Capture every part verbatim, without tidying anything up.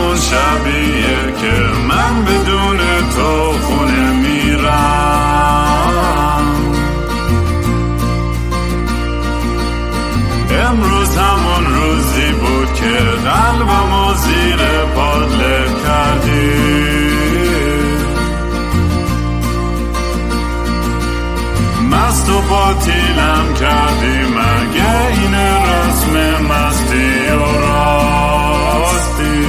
همون شبیه که من بدون تو خونه میرم. امروز همون روزی بود که قلبمو زیر پات له کردی. مست و باطیلم کردی، مگه این رسم مستی و راستی؟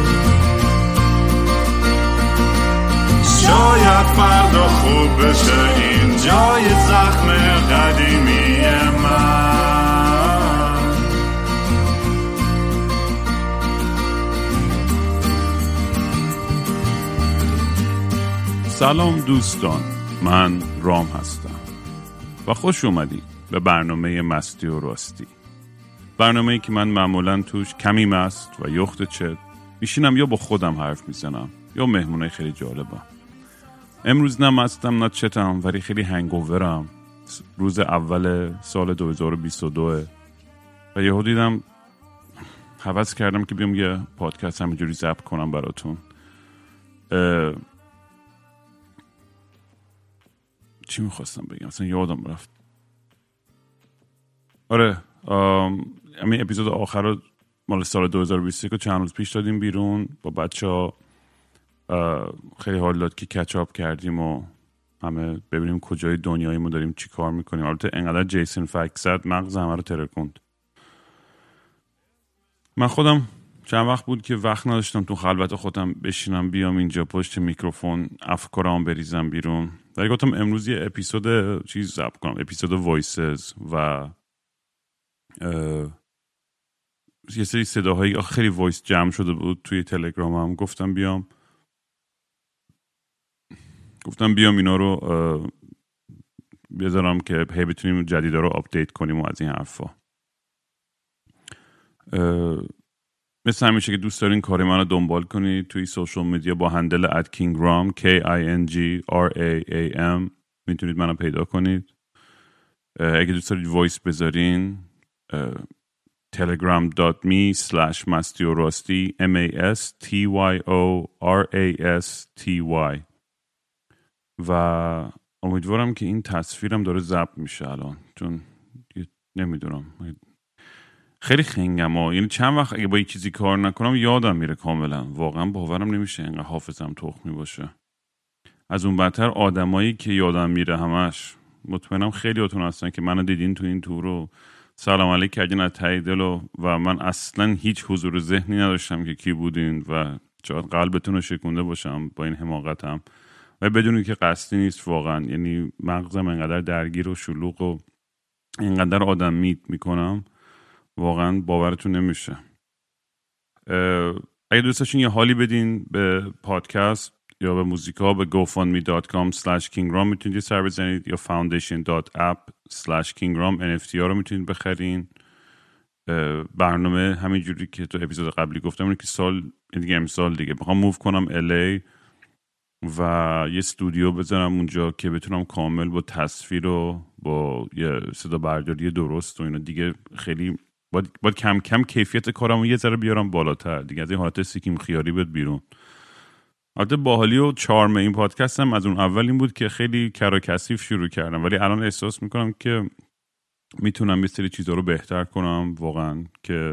شاید فردا خوب بشه این جای زخم قدیمی من. سلام دوستان، من رام هستم و خوش اومدید به برنامه مستی و راستی. برنامه‌ای که من معمولاً توش کمی مست و یخت چت میشینم یا با خودم حرف میزنم یا مهمونای خیلی جالبم. امروز نه مستم نه چتم، ولی خیلی هنگوورم. روز اول سال دو هزار و بیست و دو و یهو دیدم هوس کردم که بیام یه پادکست همینجوری ضبط کنم براتون. چی میخواستم بگم؟ اصلا یادم رفت. آره همین اپیزود آخر رو مال سال دو هزار و بیست و یک چند روز پیش دادیم بیرون با بچه ها. خیلی حال داد که کچاپ کردیم و همه ببینیم کجای دنیایی ما داریم چی کار میکنیم. البته انقدر جیسون فکت زد مغز همه رو ترکوند. من خودم چند وقت بود که وقت نداشتم تو خلوت خودم بشینم بیام اینجا پشت میکروفون افکارام بریزم بیرون، ولی گفتم امروز یه اپیزود چیز ضبط کنم، اپیزود وایسز و یه سری صداهایی خیلی وایس جمع شده بود توی تلگرامم. گفتم بیام گفتم بیام اینا رو بذارم که هی بتونیم جدیدا رو آپدیت کنیم و از این حرفا. مثل همیشه که دوست دارین کار من رو دنبال کنید توی سوشال میدیا با هندل ات kingram K I N G R A A M میتونید منو پیدا کنید. اگه دوست دارید وایس بذارین telegram dot me slash مستی و راستی M A S T Y O R A S T Y و امیدوارم که این تصویرم داره ضبط میشه الان، چون نمیدونم خیلی خنگم ها. یعنی چند وقت اگه با یه چیزی کار نکنم یادم میره کاملا. واقعا باورم نمیشه اینقدر حافظم تخمی باشه. از اون بدتر آدمایی که یادم میره همش. مطمئنم خیلی هاتون هستن که منو دیدین تو این تور رو سلام علیک کردین از ته دل و, و من اصلا هیچ حضور ذهنی نداشتم که کی بودین و شاید قلبتون رو شکونده باشم با این حماقتم و بدونید که قصدی نیست واقعا. یعنی مغزم اینقدر درگیر و شلوغ و اینقدر آدم میت میکنم واقعا باورتون نمیشه. اگه دوست داشتین یه حالی بدین به پادکست یا به موزیکا به go fund me dot com slash kingram میتونید یه سر بزنید یا foundation dot app slash kingram ان اف تی ها رو میتونید بخرین. برنامه همینجوری که تو اپیزود قبلی گفتم اینه که سال دیگه امسال دیگه میخوام موو کنم ال ای و یه استودیو بذارم اونجا که بتونم کامل با تصویر و با یه صدا برداری درست و اینا دیگه خیلی باید, باید کم کم کیفیت کارم رو یه ذره بیارم بالاتر دیگه، از این حالت سیکیم خیاری بیاد بیرون. البته باحالی و چارم این پادکست هم از اون اول این بود که خیلی کراکثیف شروع کردم، ولی الان احساس میکنم که میتونم یه سری چیزا رو بهتر کنم واقعا که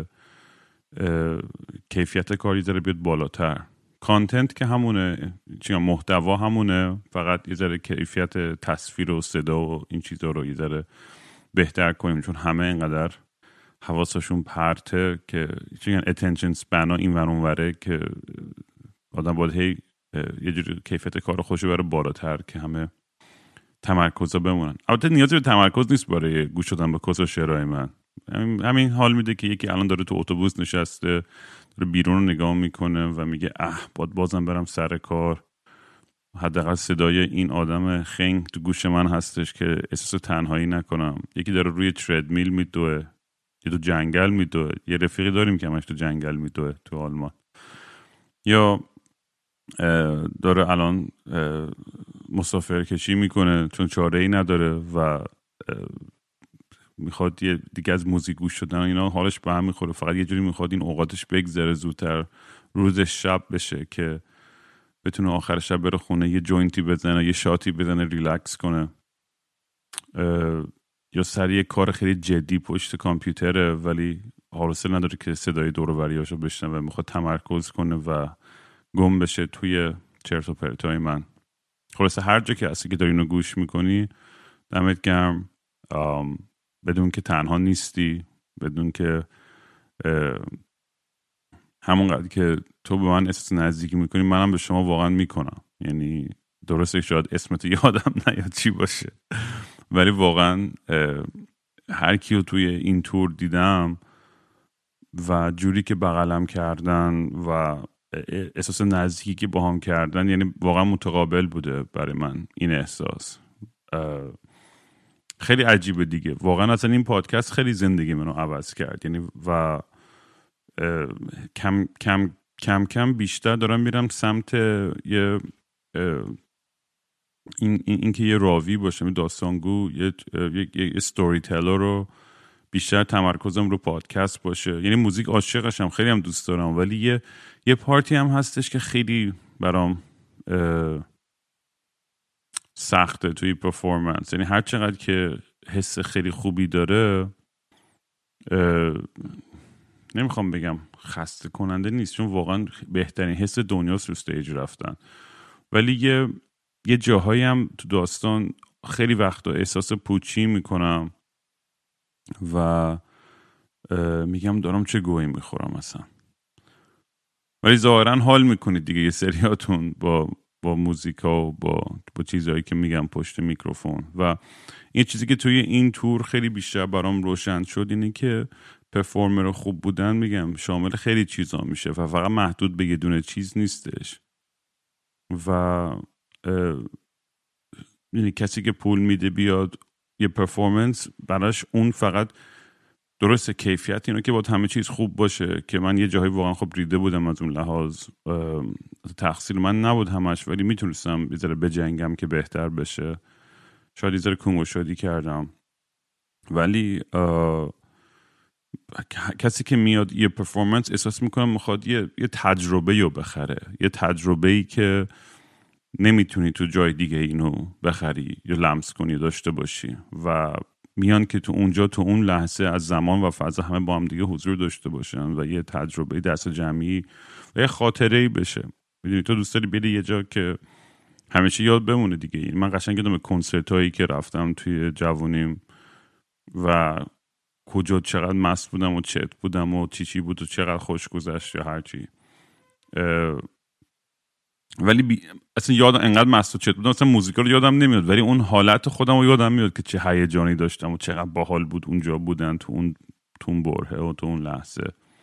کیفیت کاری ذره بیاد بالاتر. کانتنت که همونه، چیه محتوا همونه، فقط یه ذره کیفیت تصویر و صدا و این چیزا رو یه ذره بهتر کنیم، چون همه اینقدر حواسشون پرته که چیه attention span این ور اون وره که آدم باید هی یه جوری کیفیت کار خوشو بره بالاتر که همه تمرکزا بمونن. البته نیازی به تمرکز نیست برای گوش دادن به کس و شعرهای من. همین حال میده که یکی الان داره تو اتوبوس نشسته داره بیرون رو نگاه میکنه و میگه اه باید بازم برم سر کار، حداقل صدای این آدم خنگ تو گوش من هستش که احساس تنهایی نکنم. یکی داره روی تردمیل میدوه، یه تو جنگل میدوه، یه رفیقی داریم که همش تو جنگل میدوه تو آلمان، یا داره الان مسافر کشی میکنه چون چاره ای نداره و میخواد یه دیگه از موزیک گوش دادن اینا حالش به هم میخوره، فقط یه جوری میخواد این اوقاتش بگذره زودتر روزش شب بشه که بتونه آخر شب بره خونه یه جوینتی بزنه، یه شاتی بزنه، ریلکس کنه، یا سر یه کار خیلی جدی پشت کامپیوتره ولی حوصله نداره که صدای دور و بریاشو بشنوه، میخواد تمرکز کنه و گم بشه توی چرت و پرتای من. خلاصه هر جا که هستی که داری اینو گوش میکنی، دمت گرم. بدون که تنها نیستی، بدون که همونقدر که تو به من احساس نزدیکی میکنی منم به شما واقعا میکنم. یعنی درسته شاید اسمت یادم نیاد چی باشه ولی واقعا هر کیو توی این تور دیدم و جوری که بغلم کردن و احساس نزدیکی که با هم کردن، یعنی واقعا متقابل بوده برای من این احساس. خیلی عجیبه دیگه واقعا. اصلا این پادکست خیلی زندگی منو عوض کرد، یعنی و کم کم کم کم بیشتر دارم میرم سمت یه این این, این که یه راوی باشم، داستانگو، یه یه, یه استوری تیلر رو بیشتر تمرکزم رو پادکست باشه. یعنی موزیک عاشقشم، خیلی هم دوست دارم، ولی یه یه پارتی هم هستش که خیلی برام سخته توی پرفورمنس. یعنی هر چقدر که حس خیلی خوبی داره، نمیخوام بگم خسته کننده نیست چون واقعا بهترین حس دنیاست رو استیج رفتن، ولی یه یه جاهایی هم تو داستان خیلی وقتا احساس پوچی میکنم و میگم دارم چه گویی میخورم مثلا، ولی ظاهرا حال میکنید دیگه یه سریاتون با با موزیکا و با با چیزهایی که میگم پشت میکروفون. و این چیزی که توی این تور خیلی بیشتر برام روشن شد اینه که پرفورمر خوب بودن میگم شامل خیلی چیزا میشه و فقط محدود به یه دونه چیز نیستش. و یعنی کسی که پول میده بیاد یه پرفورمنس براش، اون فقط درسته کیفیت اینو که باید همه چیز خوب باشه، که من یه جایی واقعا خب ریده بودم از اون لحاظ، تقصیر من نبود همش، ولی میتونستم یه ذره بجنگم که بهتر بشه، شاید یه ذره کنگو شادی کردم. ولی کسی که میاد یه پرفورمنس احساس میکنم میخواد یه, یه تجربه رو بخره، یه تجربه‌ای که نمیتونی تو جای دیگه اینو بخری یا لمس کنی یا داشته باشی، و میان که تو اونجا تو اون لحظه از زمان و فضا همه با هم دیگه حضور داشته باشن و یه تجربه دست جمعی و یه خاطره‌ای بشه. میدونی تو دوست داری بری یه جا که همیشه یاد بمونه دیگه. من قشنگ یادم کنسرتایی که رفتم توی جوونیم و کجا چقدر مست بودم و چت بودم و چی چی بود و چقدر خوش گذشت یا هرچی، ولی بی... اصلا یادم انقدر مست و چت بودم اصلا موزیکا رو یادم نمیاد، ولی اون حالت خودم رو یادم میاد که چه هیجانی داشتم و چقدر باحال بود اونجا بودن تو اون تو اون برهه و تو اون لحظه.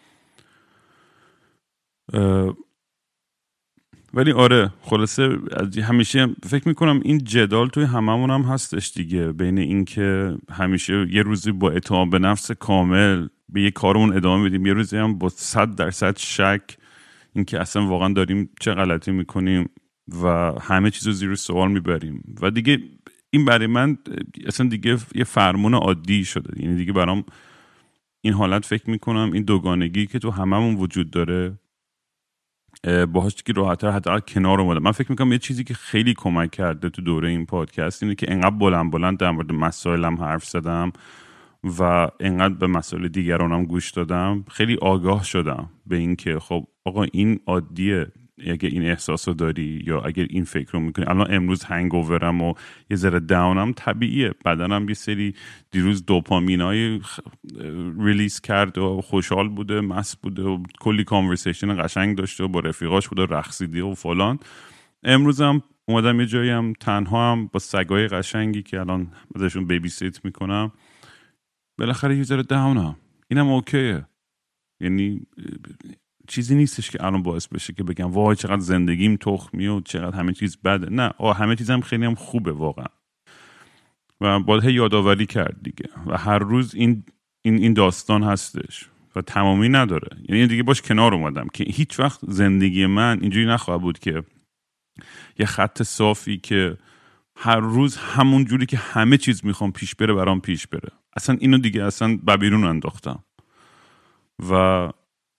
اه... ولی آره خلاصه همیشه فکر میکنم این جدال توی هممون هم هستش دیگه، بین این که همیشه یه روزی با اعتماد به نفس کامل به یه کارمون ادامه بدیم، یه روزی هم با صد درصد شک این که اصلا واقعا داریم چه غلطی میکنیم و همه چیز رو زیر سوال میبریم. و دیگه این برای من اصلا دیگه یه فرمون عادی شده، یعنی دیگه برام این حالت فکر میکنم این دوگانگی که تو هممون وجود داره باهاش که راحت‌تر حداقل کنار اومدم. من فکر میکنم یه چیزی که خیلی کمک کرده تو دوره این پادکست اینه که انقدر بلند بلند در مورد مسائلم حرف زدم و انقدر به مسائل دیگرانم گوش دادم، خیلی آگاه شدم به این که خب آقا این عادیه، اگه این احساس رو داری یا اگر این فکر رو میکنی. الان امروز هنگوورم و یه ذره داونم طبیعیه، بدنم یه سری دیروز دوپامینای ریلیز کرد و خوشحال بوده، مست بوده و کلی کانورسیشن قشنگ داشته و با رفیقاش بوده، رقصیده و فلان. امروزم اومدم یه جایی هم تنها هم با سگای قشنگی که الان ازشون بیبی سیت میکنم، بالاخره یه ذره داونم، اینم اوکیه. یعنی چیزی نیستش که الان باعث بشه که بگم وای چقدر زندگیم تخمی و چقدر همه چیز بده. نه، آه همه چیزم خیلی هم خوبه واقعا و باید یادآوری کرد دیگه. و هر روز این این این داستان هستش و تمامی نداره. یعنی دیگه باش کنار اومدم که هیچ وقت زندگی من اینجوری نخواهد بود که یه خط صافی که هر روز همون جوری که همه چیز میخوام پیش بره برام پیش بره. اصلا اینو دیگه اصلا ببیرون انداختم و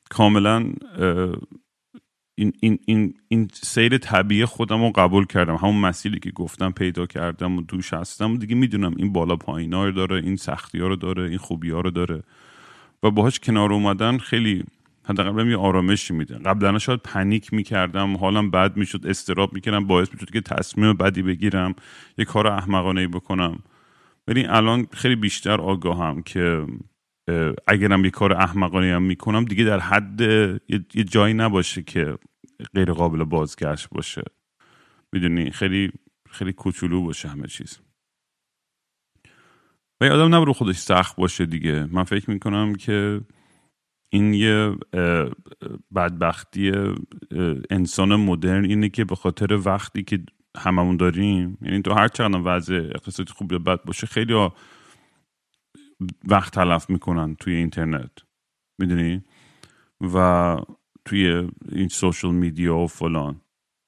کاملا این این این این سیر طبیعی خودم رو قبول کردم، همون مسیری که گفتم پیدا کردم و دوش هستم و دیگه میدونم این بالا پایین ها رو داره، این سختی ها رو داره، این خوبی ها رو داره و باهاش کنار اومدن خیلی حداقل بهم یه آرامشی میده. قبلا شاید پنیک میکردم، حالم بد میشد، استراب میکردم، باعث میشد که تصمیم بدی بگیرم، یه کار احمقانه‌ای بکنم. ولی الان خیلی بیشتر آگاهم که اگرم یه کار احمقانه‌ای هم میکنم دیگه در حد یه جایی نباشه که غیر قابل بازگشت باشه، میدونی، خیلی خیلی کوچولو باشه همه چیز و یه آدم نباید خودش سخت باشه دیگه. من فکر میکنم که این یه بدبختی انسان مدرن اینه که به خاطر وقتی که هممون داریم، یعنی تو هر چقدر وضع اقتصادی خوب یا بد باشه خیلی ها وقت تلف میکنن توی اینترنت، میدونی، و توی این سوشال میدیا و فلان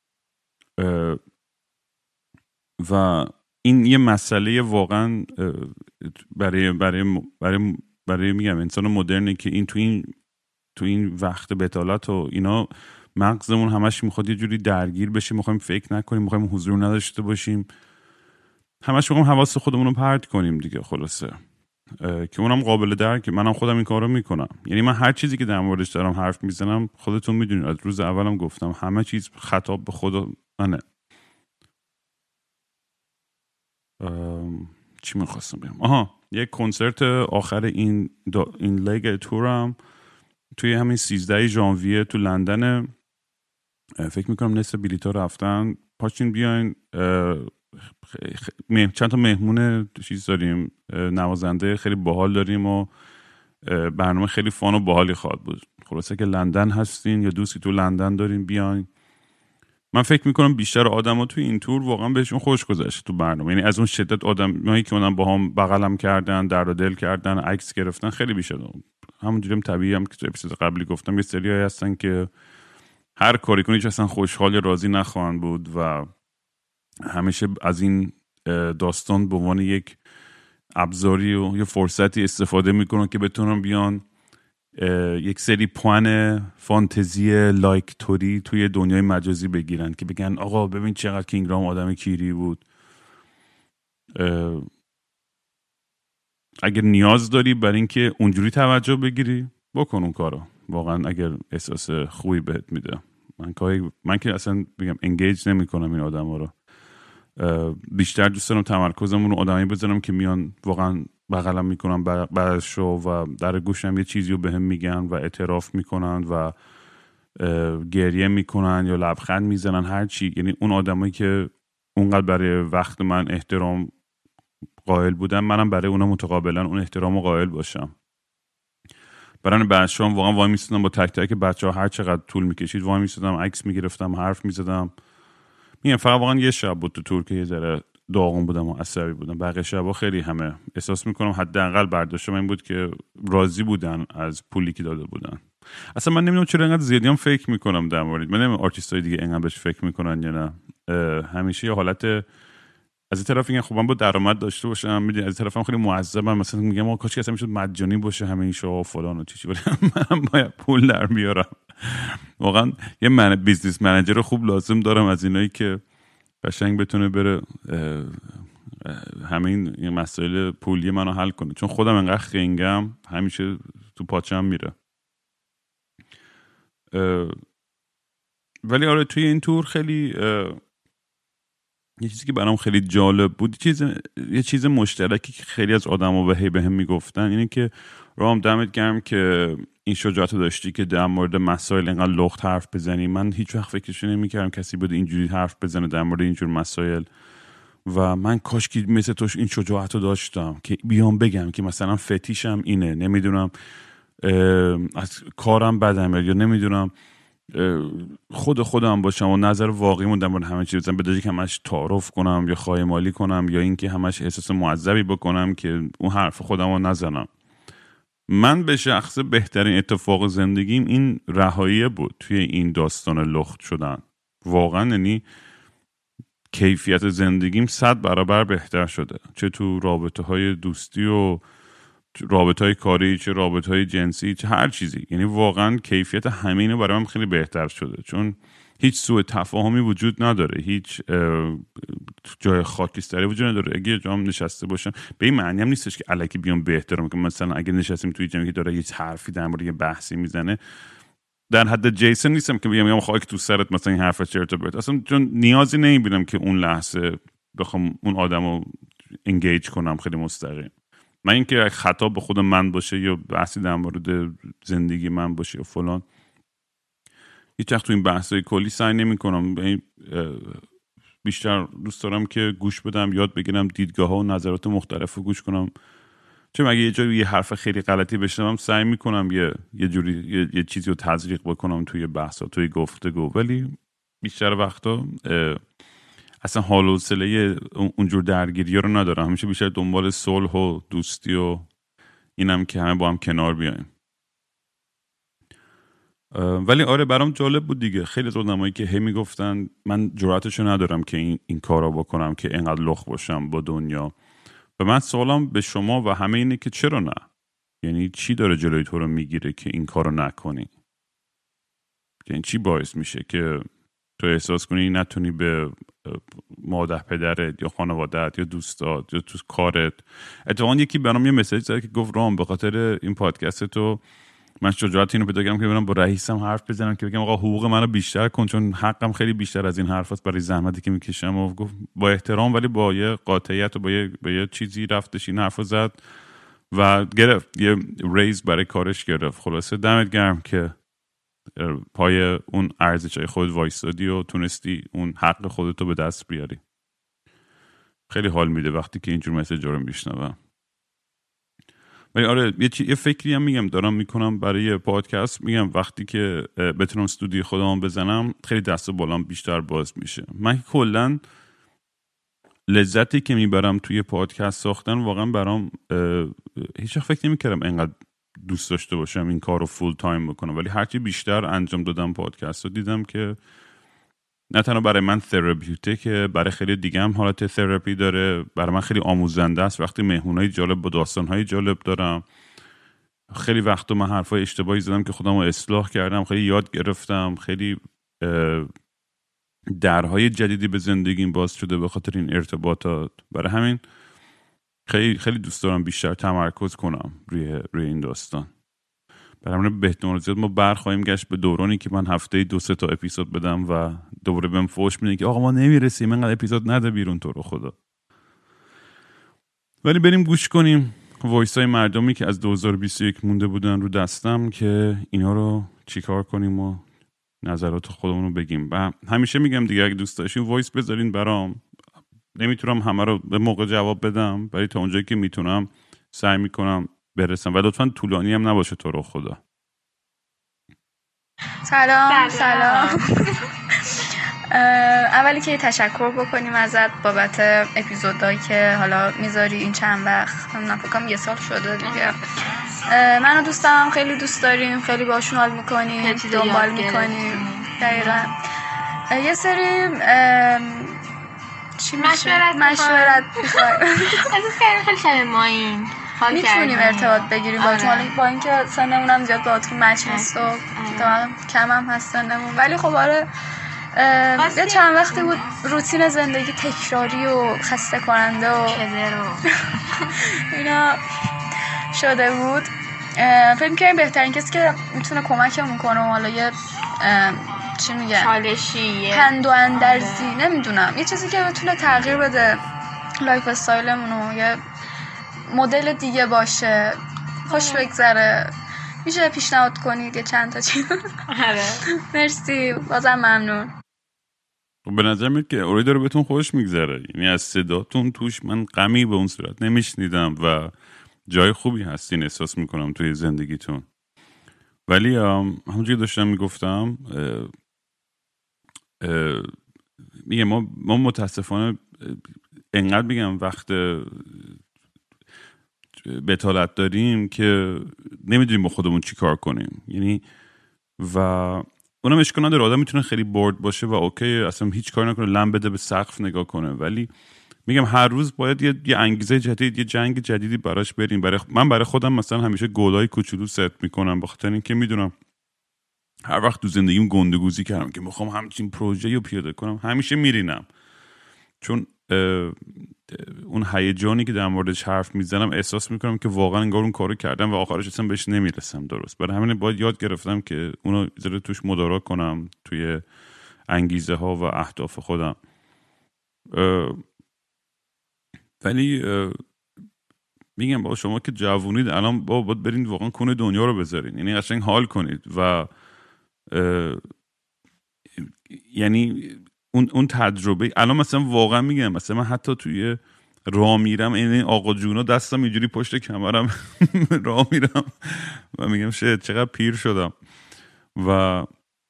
و این یه مسئله واقعا برای برای برای برای میگم انسان مدرنه که این تو این تو این وقت بتالت و اینا مغزمون همش میخواد یه جوری درگیر بشیم، میخوایم فکر نکنیم، میخوایم حضور نداشته باشیم، همش میخوایم حواس خودمون رو پرت کنیم دیگه. خلاصه که اونم قابل درک، منم خودم این کارو میکنم. یعنی من هر چیزی که در موردش دارم حرف میزنم، خودتون میدونید از روز اولم گفتم همه چیز خطاب به خدا منه. چی میخواستم بگم؟ آها، یک کنسرت آخر این دا این لگ تورم توی همین سیزده ژانویه تو لندن، فکر میکنم نصف بلیطا رفتن. پاشین بیاین، چند تا مهمون چیز داریم، نوازنده خیلی باحال داریم و برنامه خیلی فان و باحالی خواهد بود. خلاصه که لندن هستین یا دوستی تو لندن دارین بیاین. من فکر میکنم بیشتر آدما تو این تور واقعا بهشون خوش گذشت تو برنامه، یعنی از اون شدت آدمایی که اونم با هم بغلم کردن، درد و دل کردن، عکس گرفتن خیلی بیشتر. همونجوری هم طبیعی هم که تو اپیزود قبلی گفتم یه سریایی هستن که هر کاری کنی اصلا خوشحال یا راضی نخواهند بود و همیشه از این داستان به عنوان یک ابزاری و یه فرصتی استفاده میکنن که بتونن بیان یک سری پوان فانتزی لایک توری توی دنیای مجازی بگیرن که بگن آقا ببین چقدر کینگرام آدم کیری بود. اگر نیاز داری برای اینکه اونجوری توجه بگیری بکن اون کارو، واقعا اگر احساس خوبی بهت میده. من کاری من که اصلا بگم انگیج نمی کنم این آدما رو، بیشتر دوست دارم تمرکزمون رو آدمی بذارم که میان واقعا بغلم میکنن بعد شو و در گوشم یه چیزی رو بهم میگن و اعتراف میکنن و گریه میکنن یا لبخند میزنن، هر چی. یعنی اون آدمایی که اونقدر برای وقت من احترام قائل بودن، منم برای اونا متقابلا اون احترام رو قائل باشم. برای بچه‌ام واقعا وای میستادم با تک تک بچه‌ها، هر چقدر طول میکشید وای میستادم، عکس میگرفتم، حرف میزدم. میگم فقط واقعا یه شب بود تو تور که یه ذره داغون بودم و عصبی بودم. بقیه شبا خیلی همه احساس میکنم حداقل برداشتم این بود که راضی بودن از پولی که داده بودن. اصلا من نمیدونم چرا اینقدر زیادی هم فکر میکنم در مورد، من نمیدونم آرتیستای دیگه اینقدر بهش فکر میکنن یا نه. همیشه یه حالت از این طرف اینکه خب من با درآمد داشته باشم، میدونی، از این طرفم خیلی معذبم، مثلا میگم آقا کاش که اصلا میشد مجانی باشه همه این شو و فلان و چیزی، ولی من باید پول در بیارم. واقعا یه من بیزنس منیجر خوب لازم دارم، از اینایی که قشنگ بتونه بره همین این مسائل پولی منو حل کنه، چون خودم انقدر خنگم همیشه تو پاچم میره. ولی آره توی این تور خیلی یه چیزی که برام خیلی جالب بود، چیز یه چیز مشترکی که خیلی از آدما به هی بهم میگفتن اینه که رام دمت گرم که این شجاعت داشتی که در مورد مسائل اینقدر لخت حرف بزنی. من هیچ وقت فکرش نمی‌کردم کسی بود اینجوری حرف بزنه در مورد اینجور مسائل و من کاش که مثل توش این شجاعت رو داشتم که بیام بگم که مثلا فتیشم اینه، نمیدونم از کارم بدم یا نمیدونم خود خودم باشم و نظر واقعیمون در مورد همه چیز بزنم، به جای که همش تعارف کنم یا خایمالی کنم یا اینکه همش احساس معذبی بکنم که اون حرف خودم رو نزنم. من به شخص بهترین اتفاق زندگیم این رهایی بود توی این داستان لخت شدن. واقعا یعنی کیفیت زندگیم صد برابر بهتر شده، چه تو رابطه های دوستی و رابطهای کاری، چه رابطهای جنسی، چه هر چیزی. یعنی واقعا کیفیت همه اینا برای من خیلی بهتر شده، چون هیچ سوء تفاهمی وجود نداره، هیچ جای خاکستری وجود نداره. اگه جام نشسته باشم به این معنی هم نیستش که الکی بیام به احترام که مثلا اگه نشستیم توی جمعی که داره یه حرفی در مورد یه بحثی میزنه، در حد جیسن نیستم که بیام میگم خاک تو سرت مثلا این حرف چرت و پرت، اصلا چون نیازی نمیبینم که اون لحظه بخوام اون آدمو انگیج کنم خیلی مستقیم. من اینکه خطا به خود من باشه یا بحثی در مورد زندگی من باشه یا فلان، هیچ وقت تو این بحثای کلی سعی نمی‌کنم. بیشتر دوست دارم که گوش بدم، یاد بگیرم، دیدگاه‌ها و نظرات مختلف رو گوش کنم. چون اگه یه جایی یه حرف خیلی غلطی بشنوم سعی می‌کنم یه یه جوری یه, یه چیزی رو تزریق بکنم توی بحثا، توی گفتگو، ولی بیشتر وقتا اصلا حال و حوصله اونجور درگیری‌ها رو ندارم. همیشه بیشتر دنبال صلح و دوستی و اینم که همه با هم کنار بیایم. ولی آره برام جالب بود دیگه. خیلی از آدمایی که هی میگفتن من جرأتشو ندارم که این این کارا بکنم که اینقدر لخ باشم با دنیا، و من سوالم به شما و همه اینه که چرا نه؟ یعنی چی داره جلوی تو رو میگیره که این کارو نکنی؟ یعنی چی باعث میشه که تو احساس کنی نتونی به مادر پدرت یا خانواده‌ات یا دوستات یا تو کارت؟ اتفاقا یکی برام یه مسیج زد که گفت رام به خاطر این پادکست تو من شجاعت اینو پیدا کردم که برم با رئیسم حرف بزنم که بگم آقا حقوق منو بیشتر کن، چون حقم خیلی بیشتر از این حرفاست برای زحمتی که میکشم. و گفت با احترام ولی با یه قاطعیت و با یه, با یه چیزی رفتش این حرفو زد و گرفت یه ریز برای کارش گرفت. خلاصه دمت گرم که پای اون ارزشای خود وایسادی و تونستی اون حق خودتو به دست بیاری. خیلی حال میده وقتی که اینجور مسیج رو میشنوم. ولی آره یه, چی... یه فکری هم میگم دارم میکنم برای پادکست. میگم وقتی که بتونم استودیو خودم بزنم خیلی دست و بالام بیشتر باز میشه. من کلا لذتی که میبرم توی پادکست ساختن واقعا برام هیچ وقت فکر نمیکردم اینقدر دوست داشته باشم این کار رو فول تایم بکنم، ولی هرچی بیشتر انجام دادم پادکست رو دیدم که نه تنها برای من تراپیوتیکه، برای خیلی دیگه هم حالت تراپی داره. برای من خیلی آموزنده است وقتی مهمونای جالب با داستانهای جالب دارم. خیلی وقتا من حرفای اشتباهی زدم که خودم رو اصلاح کردم، خیلی یاد گرفتم، خیلی درهای جدیدی به زندگیم باز شده به خاطر این ارتباطات. برای همین خیلی خیلی دوست دارم بیشتر تمرکز کنم روی روی این داستان. برای همین بهتون زیاد ما برخواهیم گشت به دورانی که من هفته دو سه تا اپیزود بدم و دوباره بهم فوش میدن که آقا ما نمیرسیم اینقدر اپیزود نده بیرون تو رو خدا. ولی بریم گوش کنیم وایسای مردمی که از دو هزار و بیست و یک مونده بودن رو دستم که اینا رو چیکار کنیم و نظرات خودمون رو بگیم. و همیشه میگم دیگه اگه دوست داشتین وایس بذارین برام. نمیتونم همه رو به موقع جواب بدم ولی تا اونجایی که میتونم سعی میکنم برسم و لطفاً طولانی هم نباشه تو رو خدا. سلام سلام. اولی که تشکر بکنیم ازت بابت اپیزودایی که حالا میذاری این چند وقت، من فکر کنم یه سال شده دیگه. من و دوستم خیلی دوست داریم، خیلی باشون حال میکنیم، دنبال میکنیم. دقیقاً یه سری چی مشورت مشورت میخوایم. از خیلی خیلی شبه ما این میتونیم ارتباط بگیریم با آره. با اینکه سنمونم زیاد باهاتون مچ نیست و کم هم هست سنمون، ولی خب آره یه چند وقتی بود روتین زندگی تکراری و خسته کننده و اینا شده بود. فکر می‌کنم بهترین کسی که میتونه کمکمون کنه حالا یه چی میگن چالشی پند و اندرزی نمیدونم یه چیزی که بتونه تغییر بده لایف استایلمون و یه مدل دیگه باشه، خوش بگذره، میشه پیشنهاد کنید یه چند تا چیز؟ آره مرسی، بازم ممنون. به نظر میاد که اوری داره بهتون خوش میگذره، یعنی از صداتون توش من غمی به اون صورت نمیشنیدم و جای خوبی هستین احساس میکنم توی زندگیتون. ولی همونجوری داشتم میگفتم میگم ما ما متاسفانه انقدر میگم وقت بتالت داریم که نمیدونیم با خودمون چی کار کنیم. یعنی و اونم اشکال نداره، آدم میتونه خیلی بورد باشه و اوکی اصلا هیچ کار نکنه، لم بده به سقف نگاه کنه، ولی میگم هر روز باید یه, یه انگیزه جدید، یه جنگ جدیدی براش بریم. برای من برای خودم مثلا همیشه گلای کوچولو ست میکنم، بخاطر اینکه میدونم هر وقت تو زندگیم گندگوزی کردم که میخوام همچین پروژه‌ای رو پیاده کنم، همیشه میرینم، چون اون هیجانی که در موردش حرف میزنم احساس میکنم که واقعا انگار اون کارو کردم و آخرش اصلا بهش نمیرسم درست. برای همین باید یاد گرفتم که اونو ذره توش مدارا کنم توی انگیزه ها و اهداف خودم. ولی میگم با شما که جوونید الان با باید برین واقعا کون دنیا رو بذارین، یعنی قشنگ حال کنید و یعنی اون اون تجربه الان مثلا واقعا میگم مثلا من حتی توی راه میرم این آقا جونا دستم اینجوری پشت کمرم راه میرم و میگم شه چقدر پیر شدم و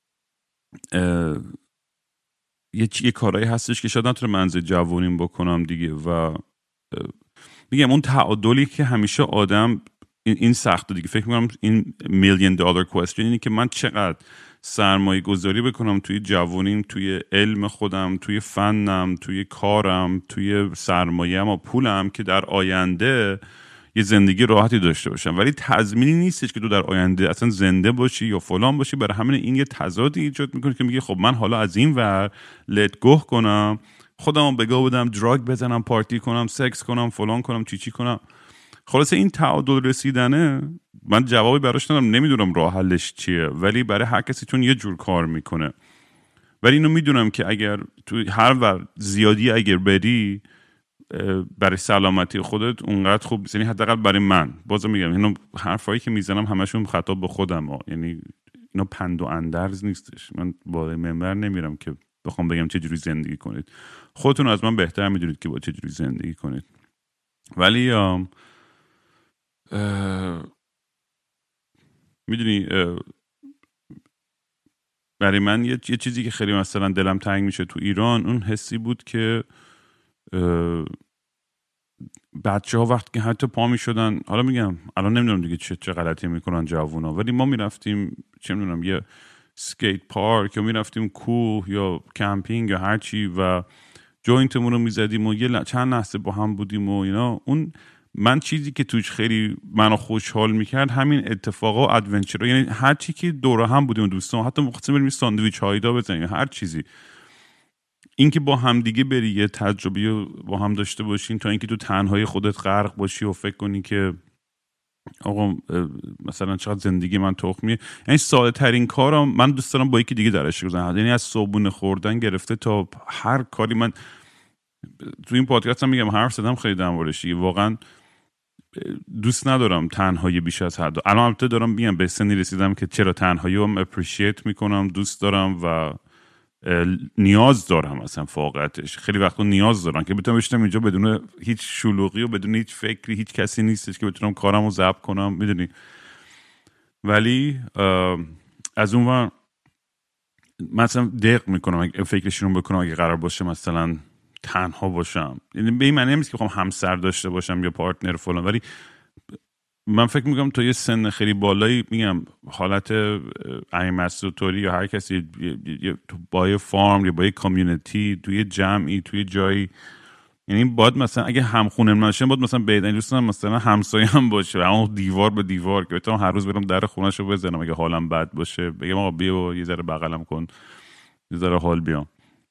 یه یه کارهایی هستش که شاید نتونم منزل جوونیم بکنم دیگه و میگم اون تعادلی که همیشه آدم این, این سخته دیگه. فکر میکنم این میلیون دلار کوئسچن اینه که من چقدر سرمایه گذاری بکنم توی جوونیم، توی علم خودم، توی فنم، توی کارم، توی سرمایه‌ام و پولم که در آینده یه زندگی راحتی داشته باشم. ولی تضمینی نیستش که تو در آینده اصلا زنده باشی یا فلان باشی. برای همین این یه تضادی ایجاد میکنه که میگه خب من حالا از این ور لت گو کنم، خودمو بگاه بدم، دراگ بزنم، پارتی کنم، سکس کنم، فلان کنم، چی چی کنم. خلاصه این تعادل رسیدنه من جوابی براش ندارم، نمیدونم راه حلش چیه، ولی برای هر کسی چون یه جور کار میکنه. ولی اینو میدونم که اگر تو هر ور زیادی اگر بری برای سلامتی خودت اونقدر خوب، یعنی حداقل برای من، بازم میگم اینو حرفایی که میزنم همشون خطاب به خودم ها. یعنی اینا پند و اندرز نیستش، من بالای منبر نمیرم که بخوام بگم چه جوری زندگی کنید. خودتون از من بهتر میدونید که با چه جوری زندگی کنید. ولی ام میدونی برای من یه،, یه چیزی که خیلی مثلا دلم تنگ میشه تو ایران اون حسی بود که بچه ها وقتی که حتی پا میشدن، حالا میگم الان نمیدونم دیگه چه چه غلطی میکنن جوونا، ولی ما میرفتیم چه میدونم یه سکیت پارک یا میرفتیم کوه یا کمپینگ یا هرچی و جوینتمون رو میزدیم و یه چند لحظه با هم بودیم و اینا. اون من چیزی که توش خیلی منو خوشحال میکرد همین اتفاقا و ادونچر، یعنی هر چی که دور هم بودیم دوستان، حتی مختصر بریم ساندویچ هایدا بزنیم، هر چیزی، این که با هم دیگه بری یه تجربه رو با هم داشته باشین تا اینکه تو تنهایی خودت غرق باشی و فکر کنی که آقا مثلا چقدر زندگی من تخمیه. یعنی ساده ترین کارم من دوست دارم با یکی دیگه درش بزنم، یعنی از صبحونه خوردن گرفته تا هر کاری. من تو این پادکست هم میگم حرف زدم خیلی در موردش، واقعا دوست ندارم تنهایی بیش از حد. الان البته دارم میگم به سنی رسیدم که چرا تنهایی رو اپریشیت میکنم، دوست دارم و نیاز دارم، اصلا فاقتش خیلی وقتا نیاز دارم که بتونم بشینم اینجا بدون هیچ شلوغی و بدون هیچ فکری، هیچ کسی نیستش که بتونم کارم رو ضبط کنم، میدونی. ولی از اون ور مثلا دق میکنم اگه فکرشون بکنم اگه قرار باشه مثلا تنها باشم، یعنی به این معنی نیست که بخوام همسر داشته باشم یا پارتنر فلان، ولی من فکر میکنم تا یه سن خیلی بالایی میگم حالت امیر مسعود طوری یا هر کسی با یه فارم یا با یه کامیونیتی توی جمعی توی جایی، یعنی باید مثلا اگه همخونه نشه باید مثلا بیدن دوستان مثلا همسایه هم باشه، اما دیوار به دیوار که بتونم هر روز برم در خونه‌شو بزنم اگه حالم بد باشه بگم آقا بیا یه ذره بغلم کن یه ذره حال بیام.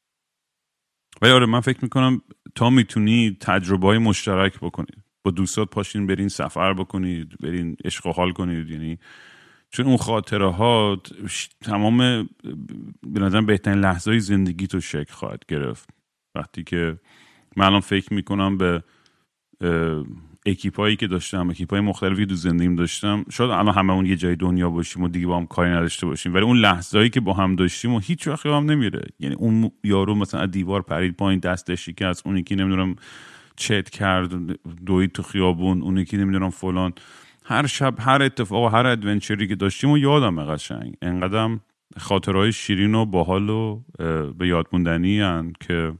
ولی آره من فکر میکنم تا میتونی تجربه‌های مشترک بکنید، با دوستات پاشین برین سفر بکنید، برین عشق و حال کنید، یعنی چون اون خاطره ها تمام به نظرم بهترین لحظه‌های زندگی تو شکل خواهد گرفت. وقتی که من الان فکر میکنم به اکیپایی که داشتم، اکیپای مختلفی تو زندگیم داشتم، شاید الان همه اون یه جای دنیا باشیم و دیگه با هم کاری نداشته باشیم، ولی اون لحظه‌ای که با هم داشتیم و هیچ وقت هم نمیره. یعنی اون یارو مثلا دیوار پرید پایین دستش شکست، اون یکی نمیدونم چت کرد دوید تو خیابون، اون یکی نمیدونم فلان، هر شب هر اتفاق و هر ادونچری که داشتیم و یادم قشنگ انقدرم خاطرهای شیرین و باحال و به یاد موندنی ان که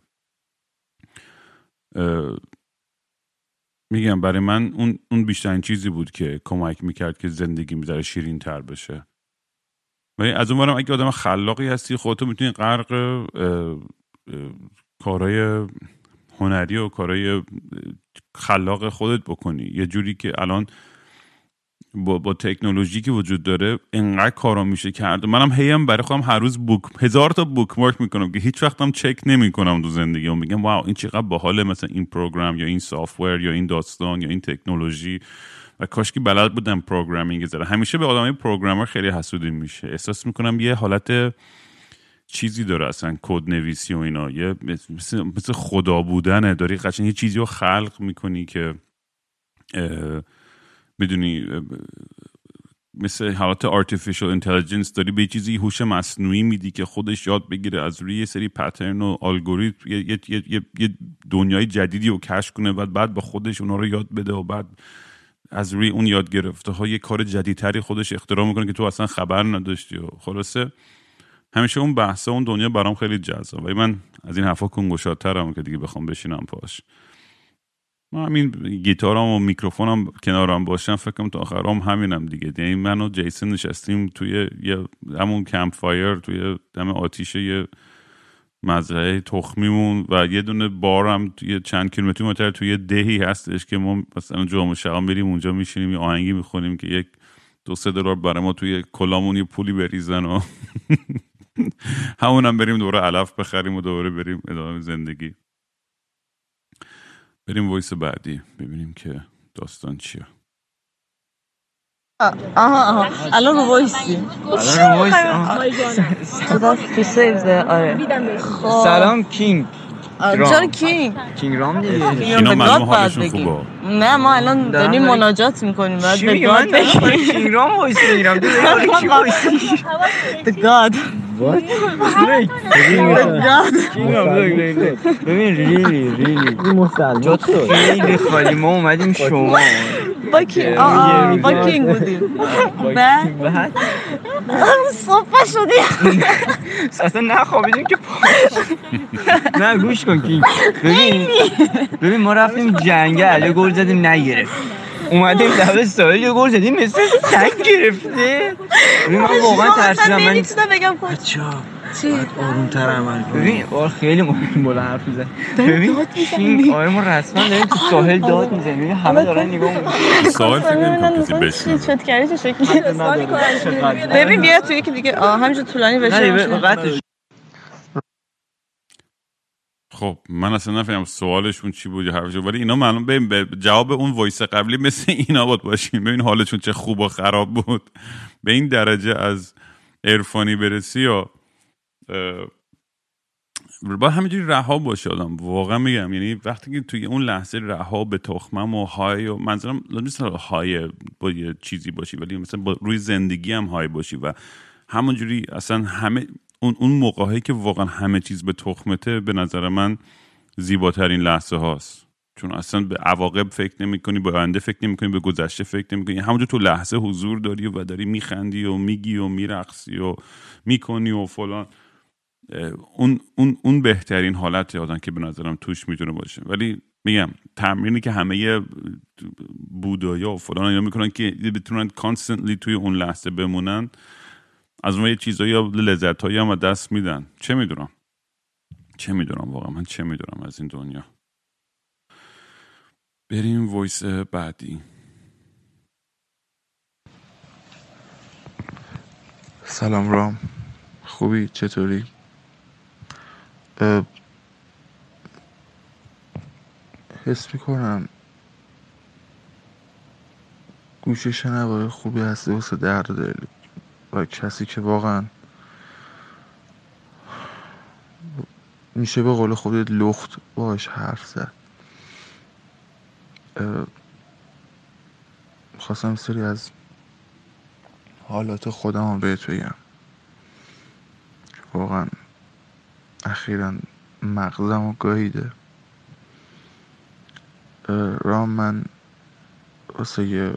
میگم برای من اون اون بیشترین چیزی بود که کمک میکرد که زندگی میذاره شیرین تر بشه. ولی از اون برم اگه آدم خلاقی هستی خودتو میتونی غرق کارهای هنری و کارهای خلاق خودت بکنی. یه جوری که الان با, با تکنولوژی که وجود داره اینقدر کارا میشه کرد. منم هیم برای خودم هر روز بوک هزار تا بوک مارک میکنم که هیچ وقتم چک نمیکنم تو زندگیام. میگم واو این چقدر باحاله، مثلا این پروگرام یا این سافتور یا این داستان یا این تکنولوژی، و کاش که بلد بودم پروگرامینگ زره. همیشه به آدمای پروگرامر خیلی حسودی میشه. احساس میکنم یه حالت چیزی داره اصلا کد نویسی و اینا، یه مثل, مثل خدا بودنه، داری قشنگ یه چیزی رو خلق میکنی که میدونی مثل حالت artificial intelligence، داری به چیزی هوش مصنوعی میدی که خودش یاد بگیره از روی یه سری پترن و الگوریتم یه, یه،, یه،, یه،, یه دنیای جدیدی رو کشف کنه، بعد بعد با خودش اونا رو یاد بده و بعد از روی اون یاد گرفته ها یه کار جدیدتری خودش اختراع میکنه که تو اصلا خبر نداشتی. و خلاصه همیشه اون بحثا اون دنیا برام خیلی جذابه، ولی من از این حرفا کنگوشاترم که دیگه بخوام بشینم پاش. من همین گیتارم و میکروفونم کنارم باشم فکر کنم تا آخرام همینم دیگه. یعنی من و جیسن نشستیم توی یه همون کمپ فایر توی دم آتیش یه مزرعه تخمیمون و یه دونه بارم توی چند کیلومتری متر توی دهی هستش که ما مثلا جمعه شب میریم اونجا میشینیم یه آهنگی میخونیم که یک دو سه دلار برای ما توی کلامون یه پولی بریزن و همونم بریم دوره علف بخریم و دوره بریم ادامه زندگی. بریم وایس بعدی ببینیم که داستان چیه. آها آها الان رو وایسی الان رو وایسی تو دست تو سیوزه. آره سلام کینگ. چرا کینگ؟ کینگ رام دیگه. اینا معلومه حالشون خوبه. نه ما الان داریم مناجات میکنیم بعد به گاد بگیم کینگ رام وایس میگیرم. تو داری کی وایسی؟ The God. What? کینگ رام ببین ریلی ریلی جات خیلی خالی. ما اومدیم شما با کینگ آه با کینگ بودیم بعد صبح شدیم اصلا نخوابیدیم که پاش. نه گوش کن کینگ. ببین ببین ما رفتیم جنگل یه گل زدیم نگرفت، اومدیم لبه ساحل یه گل زدیم مثل سگ گرفته. ببین من واقعا ترسیدم. من نمیتونم بگم بچه‌ها باید آروم‌تر عمل کنیم. ببین آره خیلی مهم بالا حرف میزنه. ببین کینگ آره ما رسما داریم تو ساحل داد میزنیم. ببین همه دارن نگاه میکنن. ساحل فکر نمی‌کنم کسی بشینه. شد کردی چه شکلی؟ ببین بیا تو یکی دیگه آه همینجور طولانی بشه. نه خب من اصلا نفهمیدم سوالشون چی بود یا حرفشون، ولی اینا معلوم به جواب اون وایس قبلی مثل اینا بود باشین. ببین حالشون چه خوب و خراب بود. به این درجه از عرفانی برسی یا با همینجوری رها باشه آدم. واقعا میگم یعنی وقتی که توی اون لحظه رها به تخمم و های و منظورم نیست های با یه چیزی باشی، ولی مثلا با روی زندگی هم های باشی و همونجوری اصلا همه اون اون موقعی که واقعا همه چیز به تخمته، به نظر من زیباترین لحظه هاست. چون اصلا به عواقب فکر نمی کنی، به آینده فکر نمی کنی، به گذشته فکر نمی کنی. همونجور تو لحظه حضور داری و داری میخندی و میگی و میرقصی و میکنی و فلان. اون اون اون بهترین حالت آدم که به نظرم توش میتونه باشه. ولی میگم تمرینی که همه بودایا و فلان اینا میکنن که بتونن کانستنتلی توی اون لحظه بمونن، از اون یه چیزایی یا لذتایی هم دست میدن. چه میدونم چه میدونم واقعا من چه میدونم از این دنیا. بریم وایس بعدی. سلام رام، خوبی؟ چطوری؟ حس میکنم گوشه شنوای خوبی هستی واسه درد دل و کسی که واقعا میشه به قول خودت لخت باش حرف زد. خواستم سری از حالات خودم رو بهت بگم. واقعا اخیراً مغزم رو گاییده. رام من واسه یه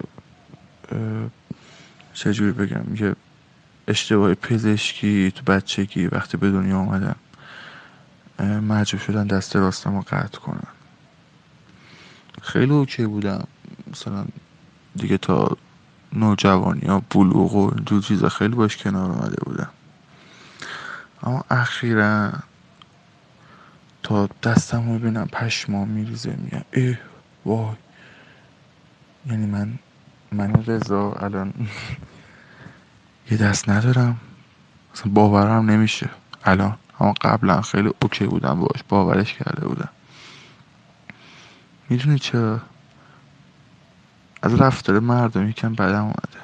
چجوری بگم یه اشتباه پزشکی تو بچگی وقتی به دنیا آمدم مجبور شدن دست راستم رو قطع کنن. خیلی اوکی بودم، مثلا دیگه تا نوجوانی یا بلوغ و دو چیزا خیلی باش کنار اومده بودم. اما اخیراً تا دستم رو ببینم پشمام میریزه، میگم اه وای، یعنی من من رضا الان یه دست ندارم، اصلا باورم نمیشه الان. اما قبلا خیلی اوکی بودم باش، باورش کرده بودم. میدونی چرا؟ از رفتار مردم یکم بدم اومده.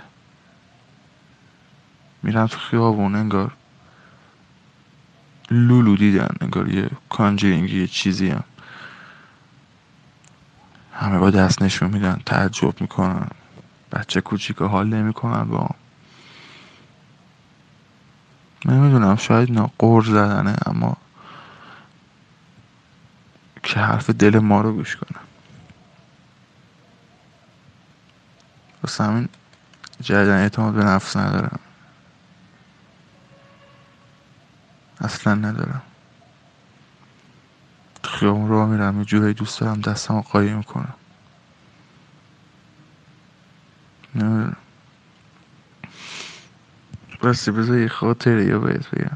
میرم تو خیابون انگار لولو دیدن، انگار یه کانجرینگی یه چیزی هم. همه با دست نشون میدن، تعجب میکنن، بچه کوچیک حال نمیکنن با هم. نمیدونم، شاید اینا قور زدنه، اما که حرف دل ما رو گوش کنن. واسه همین جدیدن اعتماد به نفس ندارم، اصلا ندارم. خیابون راه میرم یه جورایی دوست دارم دستم رو قایم کنم. نمیدونم. راستی بذار یه خاطره یا باید بگم.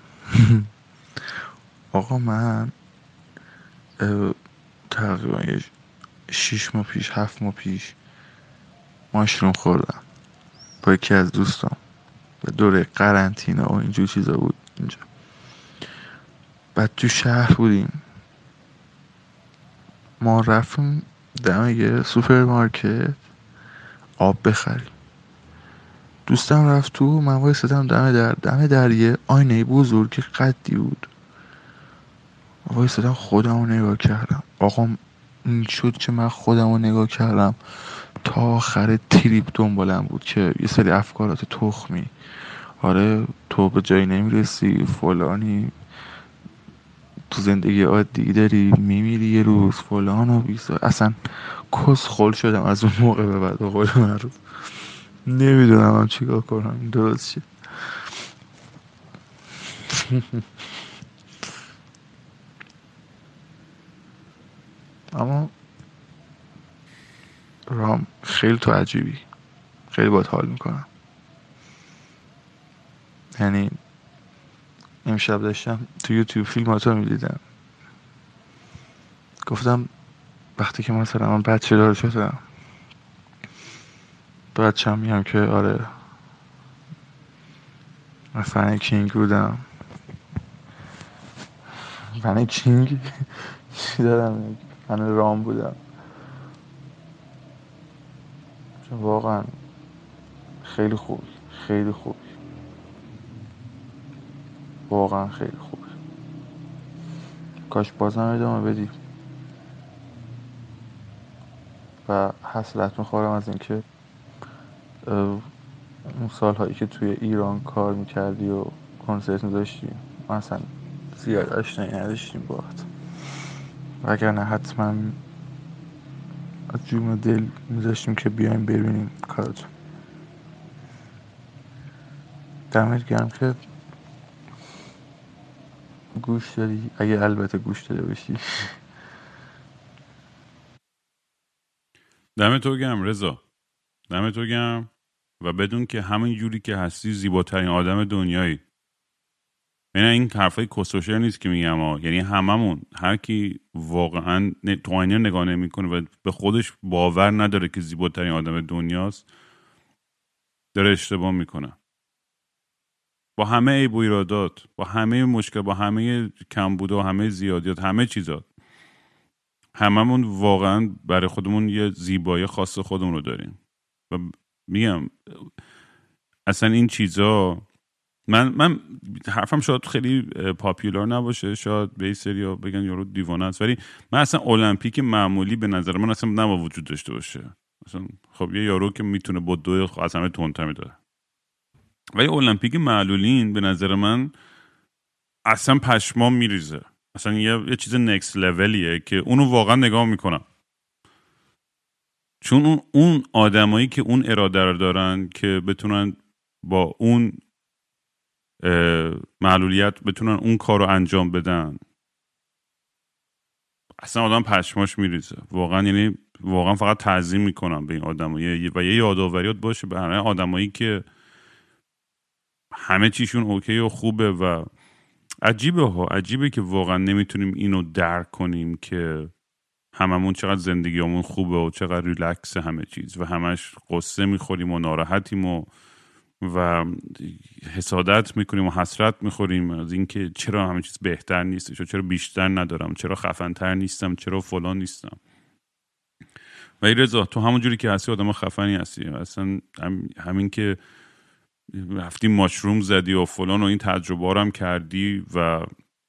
آقا من تقریبا یه شیش ماه پیش هفت ماه پیش ماشروم خوردم با یکی از دوستام، به دوره قرنطینه و اینجور چیزا بود اینجا. بعد تو شهر بودیم، ما رفتیم دم یه سوپرمارکت آب بخریم. دوستم رفت تو، من وایسادم دم در. دم در یه آینه بزرگ قدی بود، وایسادم خودم رو نگاه کردم. آقا این شد که من خودم رو نگاه کردم تا آخر تریپ دنبالم بود که یه سری افکارات تخمی، آره تو به جایی نمیرسی، فلانی، تو زندگی عادی داری میمیری یه روز، فلان و بیسار. اصلا کس خل شدم از اون موقع به بعد. آقای من رو نمیدونم هم چیکار کنم درست شد. اما رام خیلی تو عجیبی، خیلی باید حال میکنم. یعنی امشب داشتم تو یوتیوب فیلماتو میدیدم، گفتم وقتی که مثلا من بچه دار شدم، بچم میگم که آره من فن کینگ بودم. فن کینگ چی دارم؟ فن رام بودم، چون واقعا خیلی خوب، خیلی خوب، واقعا خیلی خوب. کاش بازم ادامه بدی. و حسرت میخورم از اینکه اون سالهایی که توی ایران کار میکردی و کنسرت میداشتی ما اصلا زیاد آشنایی نداشتیم باهات، وگرنه حتما از جون دل میذاشتیم که بیایم ببینیم کارتون. دمت گرم که گوش دادی، اگه البته گوش داده باشی. دمت تو گرم رضا، دمت تو گرم. و بدون که همین جوری که هستی زیباترین آدم دنیایی. یعنی این حرفای کسوشر نیست که میگم ها، یعنی هممون، هر کی واقعا تو آینه نگاه نمیکنه و به خودش باور نداره که زیباترین آدم دنیاست، داره اشتباه میکنه. با همه عیب و ایرادات، با همه مشکل، با همه کمبود و همه زیادیات، همه چیزات، هممون واقعا برای خودمون یه زیبایی خاص خودمون رو داریم. و میگم اصلا این چیزا، من من حرفم شاید خیلی پاپیولار نباشه، شاید به سریا بگن یارو دیوانه است، ولی من اصلا المپیک معمولی به نظر من اصلا نباید وجود داشته باشه. اصلا خب یه یارو که میتونه با دو از همه تندتر میداره، ولی المپیک معلولین به نظر من اصلا پشمام میریزه. اصلا یه, یه چیز نکست لولیه که اونو واقعا نگاه میکنم، چون اون, اون آدمایی که اون اراده رو دارن که بتونن با اون معلولیت بتونن اون کار رو انجام بدن، اصلا آدم پشماش میریزه واقعا. یعنی واقعا فقط تعظیم میکنم به این آدم و یه یادآوریات باشه به همه آدمایی که همه چیشون اوکی و خوبه و عجیبه ها، عجیبه که واقعا نمیتونیم اینو درک کنیم که هممون چقدر زندگیمون خوبه و چقدر ریلکس همه چیز و همش قصه میخوریم و ناراحتیم و و حسادت میکنیم و حسرت میخوریم از اینکه چرا همه چیز بهتر نیستش و چرا بیشتر ندارم، چرا خفن‌تر نیستم، چرا فلان نیستم. و ای رضا تو همون جوری که هستی آدم خفنی هستی، اصلا هم همین که رفتی ماشروم زدی و فلان و این تجربه هم کردی و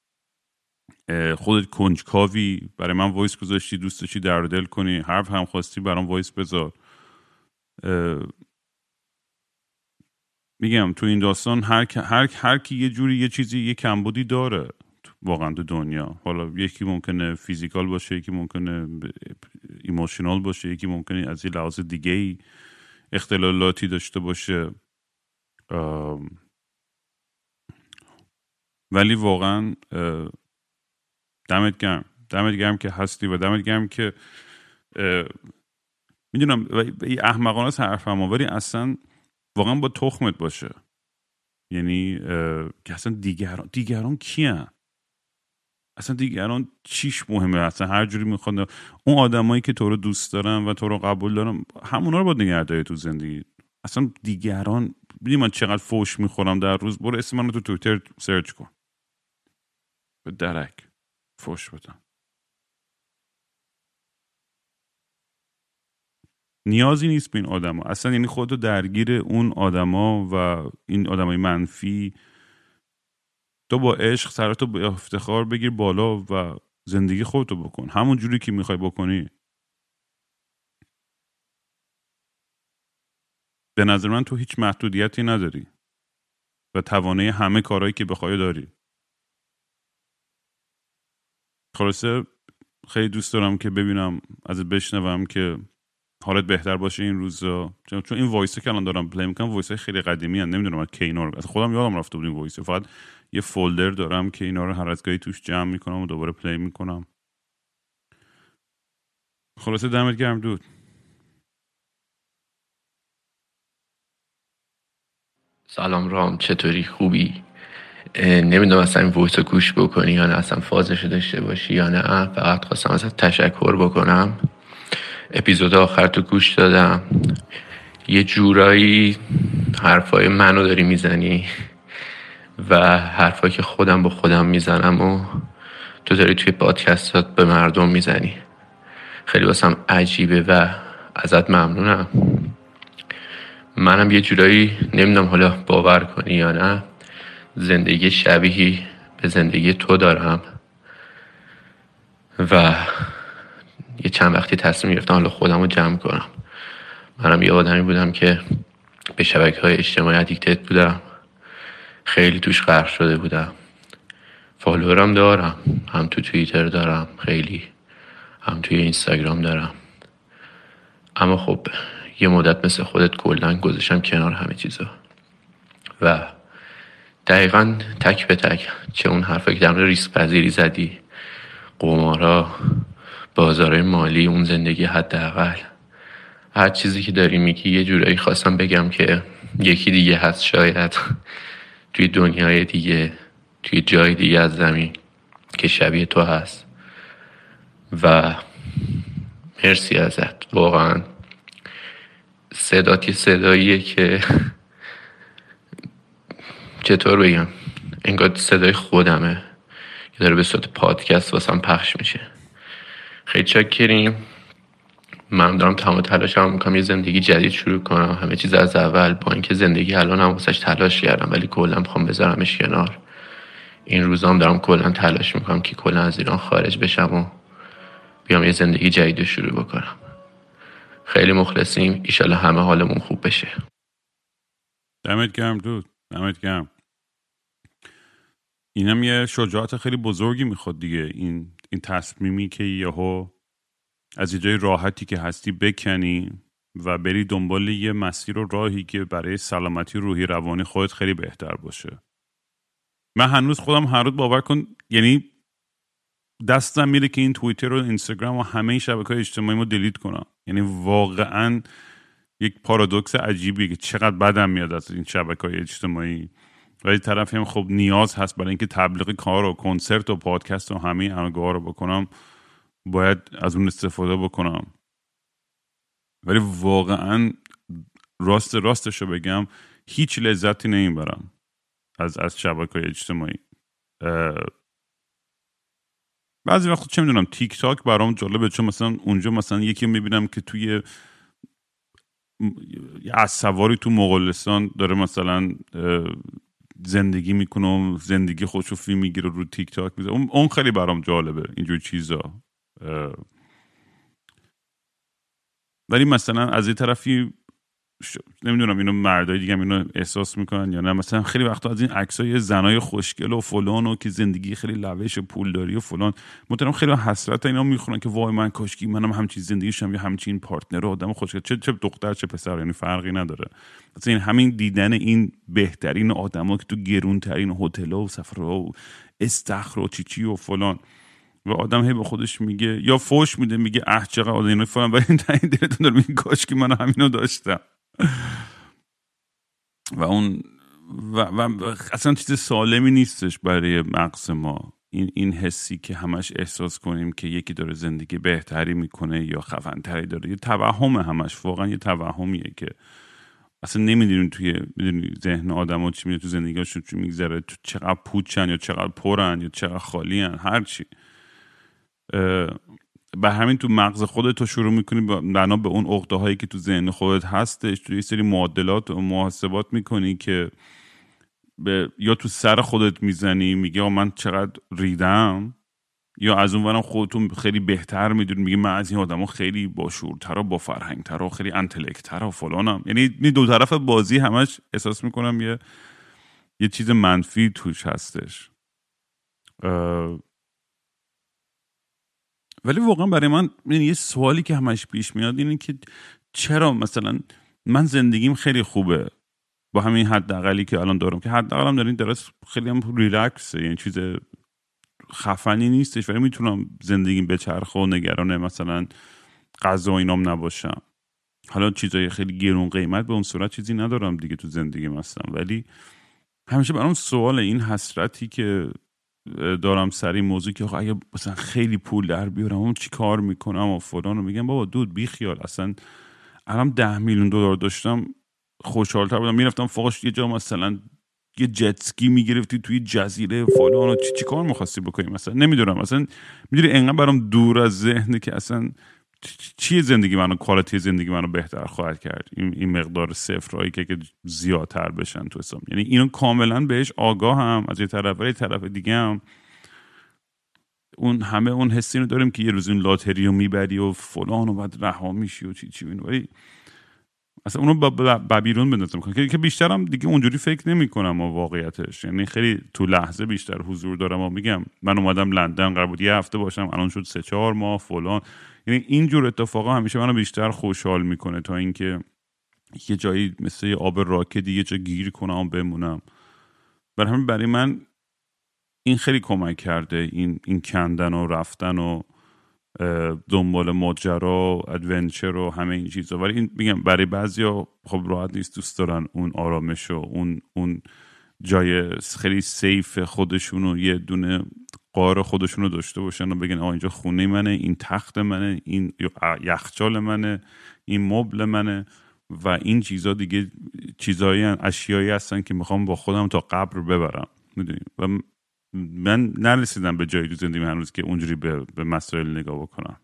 خودت کنجکاوی، برای من وایس گذاشتی، دوست داشتی در دل کنی، حرف هم خواستی برام وایس بذار. میگم تو این داستان هر هر هر کی یه جوری یه چیزی یه کمبودی داره واقعا تو دنیا. حالا یکی ممکنه فیزیکال باشه، یکی ممکنه ایموشنال باشه، یکی ممکنه از این لحاظ دیگه ای اختلالاتی داشته باشه. ولی واقعا دمت گرم، دمت گرم که هستی و دمت گرم که میدونم این احمقانه است حرفم، ولی اصلا واقعا با تخمت باشه. یعنی که اصلا دیگران دیگران کیان؟ اصلا دیگران چیش مهمه؟ اصلا هر جوری میخواد اون آدمایی که تو رو دوست دارن و تو رو قبول دارن همونا رو باید نگه داری تو زندگی. اصلا دیگران، ببین من چقدر فوش میخورم در روز، برو اسم من رو تو توییتر سرچ کن، به درک فوش بدم. نیازی نیست به این آدم ها اصلا، یعنی خودتو درگیر اون آدم ها و این آدم های منفی، تو با عشق سرتو با افتخار بگیر بالا و زندگی خودتو بکن همون جوری که میخوای بکنی. به نظر من تو هیچ محدودیتی نداری و توانایی همه کارهایی که بخوای داری. خلاصه خیلی دوست دارم که ببینم ازت، بشنوم که حالت بهتر باشه این روزا، چون این وایسه که الان دارم پلی میکنم وایسه خیلی قدیمی هستن، نمیدونم من کی اینا رو، خودم یادم رفته بود این وایسه، فقط یه فولدر دارم که اینا رو هر از گاهی توش جمع میکنم و دوباره پلی میکنم. خلاصه دمت گرم دود. سلام رام، چطوری؟ خوبی؟ نمیدونم اصلا این وایس رو گوش بکنی یا نه، اصلا فازش داشته باشی یا نه. فقط خواستم ازت تشکر بکنم. اپیزود آخر تو گوش دادم، یه جورایی حرفای منو داری میزنی و حرفایی که خودم با خودم میزنم و تو داری توی پادکستات به مردم میزنی. خیلی واسم عجیبه و ازت ممنونم. منم یه جورایی نمیدونم حالا باور کنی یا نه، زندگی شبیهی به زندگی تو دارم و یه چند وقتی تصمیم گرفتم حالا خودم رو جمع کنم. منم یه آدمی بودم که به شبکه‌های اجتماعی ادیکتد بودم، خیلی توش غرق شده بودم. فالوورم دارم، هم تو توییتر دارم خیلی، هم توی اینستاگرام دارم، اما خب یه مدت مثل خودت کلاً گذاشتم کنار همه چیزا و دقیقاً تک به تک چه اون حرفایی که در مورد ریسک پذیری زدی، قمارا، بازارهای مالی، اون زندگی حداقل، هر چیزی که داری میگی یه جورایی خواستم بگم که یکی دیگه هست شاید توی دنیای دیگه، توی جای دیگه از زمین که شبیه تو هست و مرسی ازت. واقعا صدات یه صداییه که چطور بگم، انگار صدای خودمه که داره به صورت پادکست واسم پخش میشه. خیلی چاکریم. من دارم تمام تلاشم میکنم یه زندگی جدید شروع کنم، همه چیز از اول، با اینکه زندگی الان هم واسش تلاش کردم ولی کلا میخوام بذارمش کنار. این روزا هم دارم کلا تلاش میکنم که کلا از ایران خارج بشم و بیام یه زندگی جدید شروع بکنم. خیلی مخلصیم، ایشالله همه حالمون خوب بشه. دمت گرم دود، دمت گرم. اینم یه شجاعت خیلی بزرگی میخواد دیگه، این این تصمیمی که یهو از یه جای راحتی که هستی بکنی و بری دنبال یه مسیر و راهی که برای سلامتی روحی روانی خودت خیلی بهتر باشه. من هنوز خودم هر روز باور کن، یعنی دستم میره که این توییتر و اینستاگرام و همه این شبکه‌های اجتماعی رو دیلیت کنم. یعنی واقعاً یک پارادوکس عجیبیه که چقدر بدم میاد از این شبکه‌های اجتماعی ولی طرفی هم خب نیاز هست برای اینکه تبلیغ کار و کنسرت و پادکست و همه انواع رو بکنم باید از اون استفاده بکنم. ولی واقعا راست راستش رو بگم هیچ لذتی نمیبرم از از شبکه‌های اجتماعی. بعضی وقت چه میدونم تیک تاک برام جالبه، چون مثلا اونجا مثلا یکی میبینم که توی از سواری تو مغولستان داره مثلا زندگی میکنه و زندگی خودشو فیلم میگیره رو تیک تاک میذاره. اون اون خیلی برام جالبه اینجور چیزا. ولی مثلا از این طرفی ش... نمیدونم اینو مردای دیگه هم اینو احساس میکنن یا نه، مثلا خیلی وقتا از این عکسای زنای خوشگل و فلان و که زندگی خیلی لوش پولداری و فلان مطمئنم خیلی حسرت اینا میخورن که وای من کاشکی منم همچین زندگیشم یا همچین پارتنر و آدم خوشگل، چه چه دختر چه پسر، یعنی فرقی نداره. مثلا این همین دیدن این بهترین آدما که تو گرونترین هتل‌ها و سفرها و استخر و چیچی و فلان و آدم هی به خودش میگه یا فوش میده میگه اه چقدر آدم اینا فلان، ولی این دلتون داره میگه کاشکی من همینو داشتم. و اون و, و اصلا چیز سالمی نیستش برای مغز ما این این حسی که همش احساس کنیم که یکی داره زندگی بهتری میکنه یا خفن‌تری داره. یه توهم، همش واقعا یه توهمیه که اصلا نمیدونیم توی میدونی ذهن آدم‌ها چی میاد تو زندگیشون چی میگذره، تو چقدر پوچن یا چقدر پرن یا چقدر خالی‌ان، هر چی. به همین تو مغز خودت تو شروع میکنی بنا به اون عقده هایی که تو ذهن خودت هستش تو یه سری معادلات و محاسبات میکنی که به یا تو سر خودت میزنی میگی من چقدر ریدم، یا از اون ورم خودتون خیلی بهتر میدونی میگی من از این آدما خیلی باشورتر و با فرهنگتر و خیلی انتلکتر و فلانم. یعنی دو طرف بازی همش احساس میکنم یه یه چیز منفی توش هستش. ولی واقعا برای من یه سوالی که همش پیش میاد اینه که چرا مثلا من زندگیم خیلی خوبه با همین حداقلی که الان دارم، که حداقلم دارین درست خیلی هم ریلکسه، یعنی چیز خفنی نیستش، ولی میتونم زندگیم بچرخه و نگران مثلا غذا و اینام نباشم. حالا چیزای خیلی گرون قیمت به اون صورت چیزی ندارم دیگه تو زندگیم هستم، ولی همیشه برام سوال این حسرتی که دارم سر این موضوع که اگه مثلا خیلی پول در بیارم اون چی کار میکنم و فلان، و میگم بابا دود بی خیال، اصلا الان ده میلیون دلار داشتم خوشحال‌تر بودم، میرفتم فوقش یه جا مثلا یه جت اسکی میگرفتی توی جزیره فلان و چی چی کار می‌خواستی بکنی مثلا، نمیدونم اصلا میدونی انقدر برام دور از ذهنه که اصلا چیه زندگی منو، کوالیتی زندگی منو بهتر خواهد کرد این این مقدار صفرایی که که زیادتر بشن تو حساب. یعنی اینو کاملا بهش آگاه هم از یه طرف، ولی طرف دیگه هم اون همه اون حسی رو داریم که یه روز این لاتری رو میبری و فلان و بعد رها میشی و چی چی اینو، ولی اصلا اونو با بیرون بندازم که که بیشترم دیگه اونجوری فکر نمی‌کنم و واقعیتش، یعنی خیلی تو لحظه بیشتر حضور دارم و میگم من اومدم لندن قرار بود یه هفته باشم الان شد سه چهار ماه فلان. یعنی اینجور اتفاقا همیشه منو بیشتر خوشحال میکنه تا اینکه یه جایی مثل یه آب راکدی یه جا گیر کنم بمونم. برای همین برای من این خیلی کمک کرده، این این کندن و رفتن و دنبال ماجرا و ادونچر و همه این چیزا. ولی این میگم برای بعضیا خب راحت نیست، دوست دارن اون آرامش و اون اون جای خیلی سیف خودشونو یه دونه قار خودشونو داشته باشن و بگن آ اینجا خونه منه، این تخت منه، این یخچال منه، این مبل منه و این چیزا دیگه چیزایی اشیایی هستن که میخوام با خودم تا قبر ببرم، میدونی. و من نرسیدم به جایی تو زندگی هنوز که اونجوری به, به مسائل نگاه بکنم،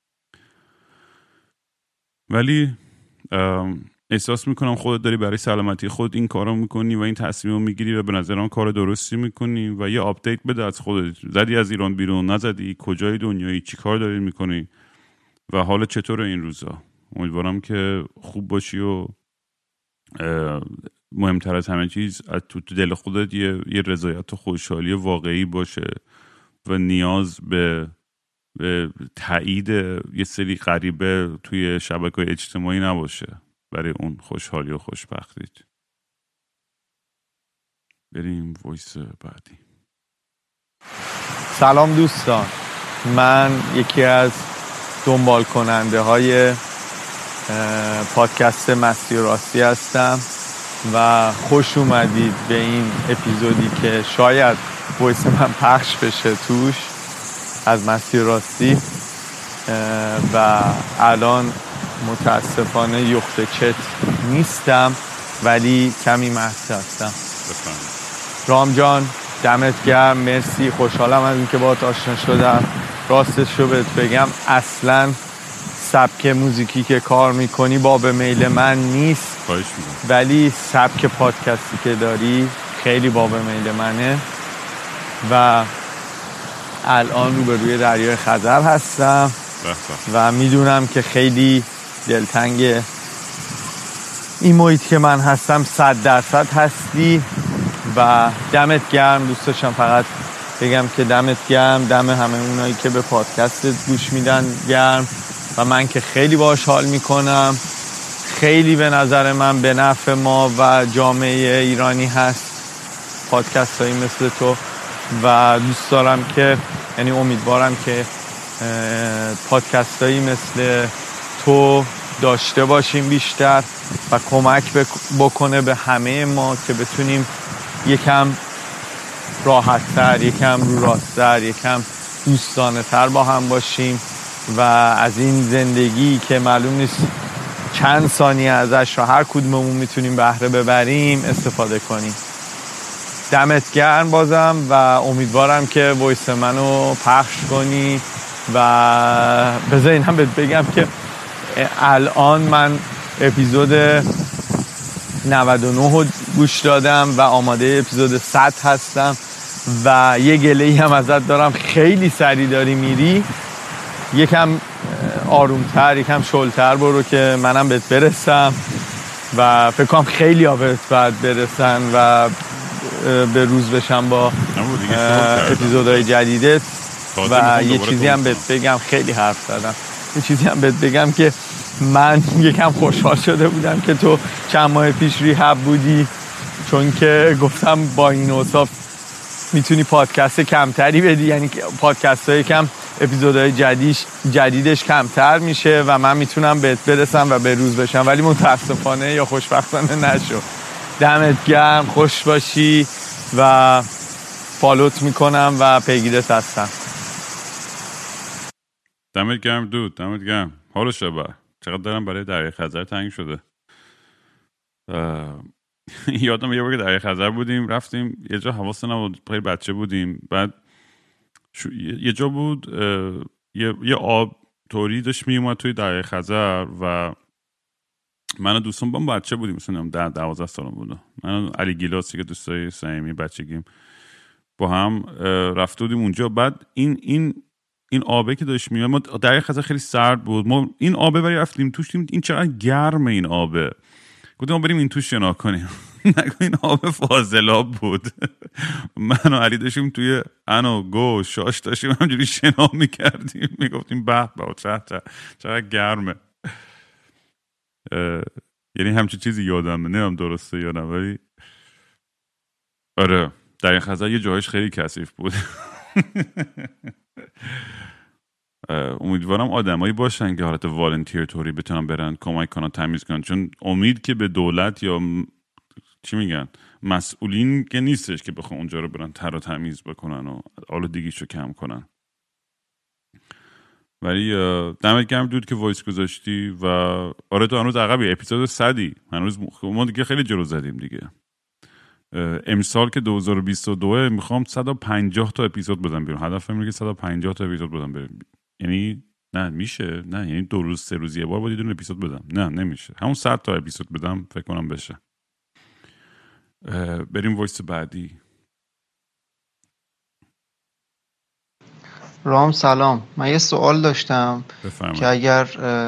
ولی احساس میکنم خودت داری برای سلامتی خود این کارو میکنی و این تصمیم رو میگیری و به نظرم کار درستی میکنی و یه آپدیت بده از خودت. زدی از ایران بیرون نزدی، کجای دنیایی، چی کار داری میکنی و حالا چطوره این روزا. امیدوارم که خوب باشی و مهمتر از همه چیز از تو دل خودت یه, یه رضایت و خوشحالی واقعی باشه و نیاز به, به تایید یه سری غریبه توی شبکه‌های اجتماعی نباشه برای اون خوشحالی و خوشبختیت. بریم وایس بعدی. سلام دوستان، من یکی از دنبال کننده های پادکست مستی و راستی هستم و خوش اومدید به این اپیزودی که شاید وایس من پخش بشه توش از مسیر راستی. و الان متاسفانه یخت چت نیستم ولی کمی مست هستم. رام جان دمت گرم، مرسی، خوشحالم از اینکه باهات آشنا شدم. راستش رو بهت بگم اصلا سبک موزیکی که کار میکنی باب میل من نیست، ولی سبک پادکستی که داری خیلی باب میل منه و الان روبروی دریای خزر هستم و میدونم که خیلی دلتنگ این محیط که من هستم صد درصد هستی و دمت گرم. دوست داشتم فقط بگم که دمت گرم، دم همه اونایی که به پادکست گوش میدن گرم و من که خیلی باهاش حال میکنم. خیلی به نظر من به نفع ما و جامعه ایرانی هست پادکست هایی مثل تو و دوست دارم که یعنی امیدوارم که پادکست هایی مثل تو داشته باشیم بیشتر و کمک بکنه به همه ما که بتونیم یکم راحت‌تر، یکم رو راست‌تر، یکم دوستانه تر با هم باشیم و از این زندگی که معلوم نیست چند ثانیه ازش رو هر کدوممون میتونیم بهره ببریم استفاده کنیم. دمت گرم بازم و امیدوارم که وایس منو پخش کنی و بذار این هم بهت بگم که الان من اپیزود نود و نه رو گوش دادم و آماده اپیزود صد هستم و یه گله‌ای هم ازت دارم، خیلی سری داری میری، یکم آرومتر یکم شلتر برو که منم بهت برسم و فکر کنم خیلی ها بهت باید برسن و به روز بشم با اپیزودهای جدیدت. و یه چیزی هم بهت بگم، خیلی حرف زدم، یه چیزی هم بهت بگم که من یکم خوشحال شده بودم که تو چند ماه پیش ریهب بودی، چون که گفتم با این اوصاف میتونی پادکست کمتری بدی، یعنی پادکست های کم اپیزودهای جدیدش جدیدش کمتر میشه و من میتونم بهت برسم و به روز بشم، ولی متاسفانه یا خوشبختانه نشو. دمت گرم، خوش باشی و فالوت میکنم و پیگیرت هستم. دمت گرم دود، دمت گرم. حالو شبه چقدر دارم برای دریای خزر تنگ شده. یادم یه بار که دریای خزر بودیم رفتیم یه جا، حواسم نبود، خیلی بچه بودیم، بعد شو... یه جا بود یه... یه آب توری داشت میومد توی دریای خزر و من و دوستم با بچه بودیم، مثلا ده دوازده سالم بودم، من و علی گیلاسی که دوستای صمیمی بچگیم با هم رفته بودیم اونجا. بعد این این این آبه که داشت میاد، ما دریای خزر خیلی سرد بود، ما این آبه برای رفتیم توش، دیدیم این چقدر گرمه این آبه، گفتم ما بریم این توش شنا کنیم. نگو این آب فاضلاب بود. من و علی داشتیم توی انو گو شاش داشتیم همجوری شنا میکردیم، میگفتیم به به چقدر چقدر گرمه. یعنی همچین چیزی یادم نمیدونم درسته یا نه، ولی آره دریای خزر یه جایش خیلی کثیف بود. امیدوارم آدمایی باشن که حالت والنتیر توری بتونن برن کمک کنن تمیز کنن، چون امید که به دولت یا چی میگن مسئولین که نیستش که بخوان اونجا رو برن تر و تمیز بکنن و آلودگیشو کم کنن. ولی دمت گرم دود که وایس گذاشتی و آره تو هنوز عقبی، اپیزود صدی هنوز، ما دیگه خیلی جلو زدیم دیگه. امسال که دو هزار و بیست و دو میخوام صد و پنجاه تا اپیزود بدم بیرون، هدفم اینه که صد و پنجاه تا اپیزود بدم بیرون. یعنی نه میشه، نه یعنی دو روز سه روز یه بار باید یه دونه اپیزود بدم، نه نمیشه، همون صد تا اپیزود بدم فکر کنم بشه. بریم وایس بعدی. رام سلام، من یه سوال داشتم بفرمایید. که اگر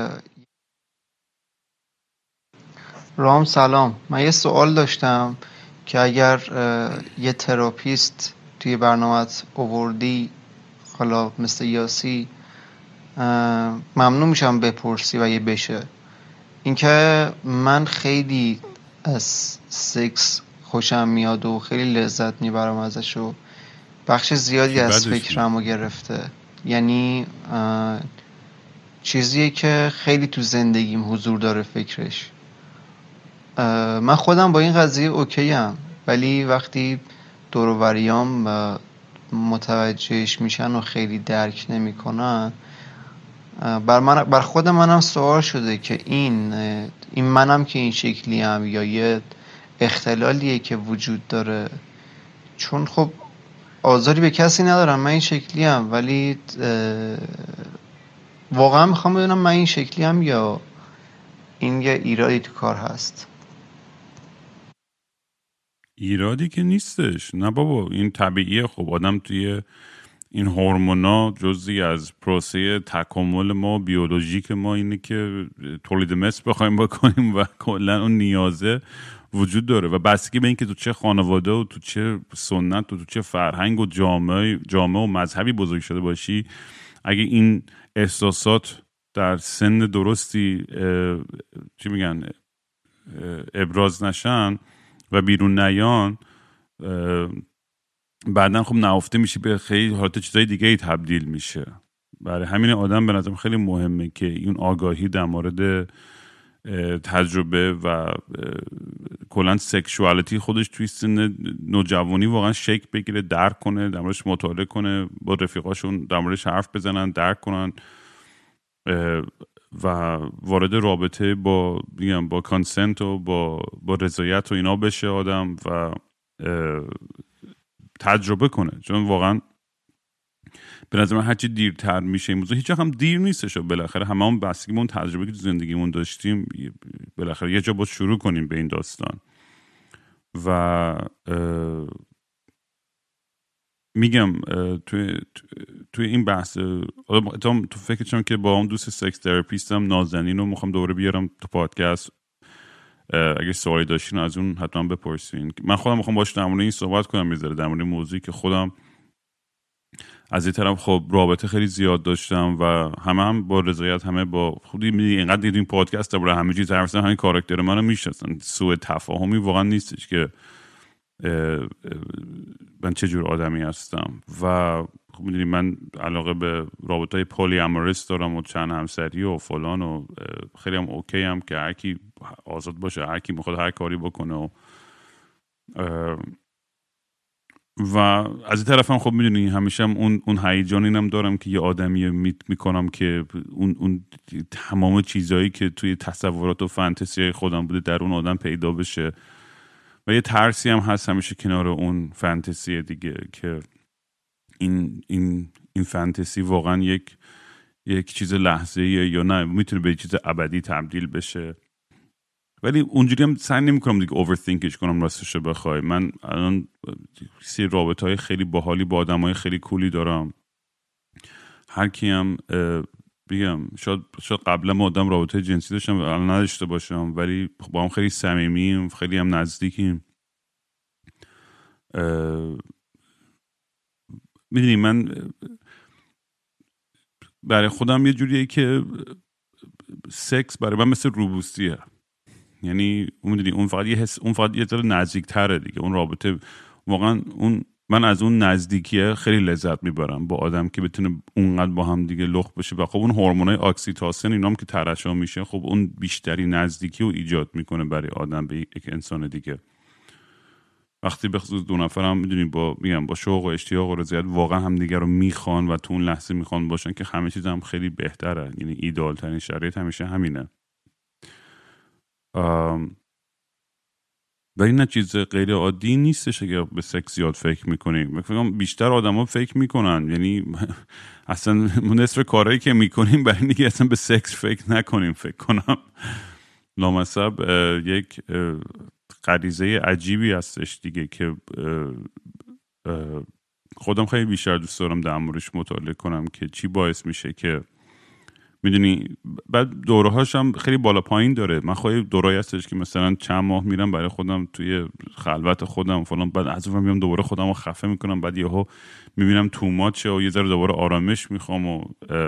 رام سلام من یه سوال داشتم که اگر یه تراپیست توی برنامه‌ات آوردی، حالا مثل یاسی، ممنون میشم بپرسی و یه بشه. اینکه من خیلی از سکس خوشم میاد و خیلی لذت میبرم ازش و بخش زیادی از فکرمو گرفته، یعنی چیزیه که خیلی تو زندگیم حضور داره فکرش. من خودم با این قضیه اوکی ام، ولی وقتی دور و بریام متوجهش میشن و خیلی درک نمیکنن، بر من بر خود منم سوال شده که این این منم که این شکلی ام یا یه اختلالیه که وجود داره. چون خب آزاری به کسی ندارم، من این شکلی ام، ولی واقعا میخوام بدونم من این شکلی ام یا این یه ایرادی تو کار هست. ایرادی که نیستش، نه بابا، این طبیعیه. خب آدم توی این هورمونا جزئی از پروسه تکامل ما، بیولوژیک ما اینه که تولید مثل بخوایم بکنیم و کلا اون نیازه وجود داره و بستگی به این که تو چه خانواده و تو چه سنت و تو چه فرهنگ و جامعه جامعه و مذهبی بزرگ شده باشی، اگه این احساسات در سن درستی چی میگن ابراز نشن و بیرون نیان، بعدن خب نهفته میشه به خیلی حالت چیزای دیگه ای تبدیل میشه. برای همین آدم به نظرم خیلی مهمه که این آگاهی در مورد تجربه و کلا سکشوالیتی خودش توی سن نوجوانی واقعا شکل بگیره، درک کنه، در موردش مطالعه کنه، با رفیقاشون در موردش حرف بزنن، درک کنن و وارد رابطه با میگم با کانسنت و با با رضایت و اینا بشه آدم و تجربه کنه. چون واقعا به نظر من هرچی دیرتر میشه این موضوع، هیچ هم دیر نیستش، بالاخره همه هم بستگی اون تجربه که تو زندگیمون داشتیم بالاخره یه جا باید شروع کنیم به این داستان. و میگم توی توی این بحث تو فکرشم که با اون دوست سکس تراپیستم نازنین رو میخوام دوباره بیارم تو پادکست، اگه سوالی داشتین از اون حتما بپرسین. من خودم میخوام باش در مورد این صحبت کنم، میذاره در مورد موضوعی که خودم از این طرف خب رابطه خیلی زیاد داشتم و همه هم با رضایت، همه با خودی میدونی اینقدر دیدیم پادکست در همه چیز حرف زدن، همین کاراکتر منو میشناسن، سوء تفاهمی واقعا نیستش که من چه جور آدمی هستم. و خب میدونی من علاقه به رابطه‌های پلی اموریس دارم و چند همسری و فلان و خیلی هم اوکی هم که هر کی آزاد باشه، هر کی میخواد هر کاری بکنه و و از این طرف هم خب میدونی همیشه هم اون اون هیجان اینم دارم که یه آدمی میت میکنم که اون اون تمام چیزایی که توی تصورات و فانتزی خودم بوده در اون آدم پیدا بشه. و یه ترسی هم هست همیشه کنار اون فانتزی دیگه که این این این فانتزی واقعا یک یک چیز لحظه‌ایه یا نه میتونه به چیز ابدی تبدیل بشه. ولی اونجوری هم سعی نمی‌کنم دیگه اوورثینکش کنم راستش بخوای. من الان سی رابطه‌های خیلی باحالی با آدمای خیلی کولی دارم. هر کی هم بگم شاید شاید قبلا ما آدم رابطه جنسی داشتم و الان نداشته باشم، ولی با هم خیلی صمیمیم، خیلی هم نزدیکیم. میدونی من برای خودم یه جوریه که سکس برای من مثل روبوستیه، یعنی اون میدونی اون فقط یه حس، اون فقط یه ذره نزدیک‌تره دیگه. اون رابطه واقعا اون من از اون نزدیکیه خیلی لذت میبرم با آدم که بتونه اونقدر با هم دیگه لخت بشه و خب اون هورمونای اکسیتوسین اینام که ترشح میشه خب اون بیشتری نزدیکی رو ایجاد میکنه برای آدم به یک انسان دیگه. وقتی به خصوص دو نفرم میدونی با میگم با شوق و اشتیاق و رضایت واقعا هم دیگه رو میخوان و تو اون لحظه میخوان باشن که همه چیز هم خیلی بهتره. یعنی ایدئال ترین شرایط همیشه همینه. و این چیز غیر عادی نیستش اگه به سکس زیاد فکر میکنیم. فکرم بیشتر آدما فکر میکنن، یعنی اصلا نصف کارهایی که میکنیم برای اینکه اصلا به سکس فکر نکنیم. فکر کنم لامصب یک غریزه عجیبی هستش دیگه که خودم خیلی بیشتر دوست دارم در موردش مطالعه کنم که چی باعث میشه که میدونی. بعد دوره‌هاش هم خیلی بالا پایین داره. من خیلی دوره‌ای هستش که مثلا چند ماه میرم برای خودم توی خلوت خودم فلان، بعد از اون میام دوباره خودم رو خفه میکنم، بعد یهو میبینم تو ماچه و یه ذره دوباره آرامش میخوام. و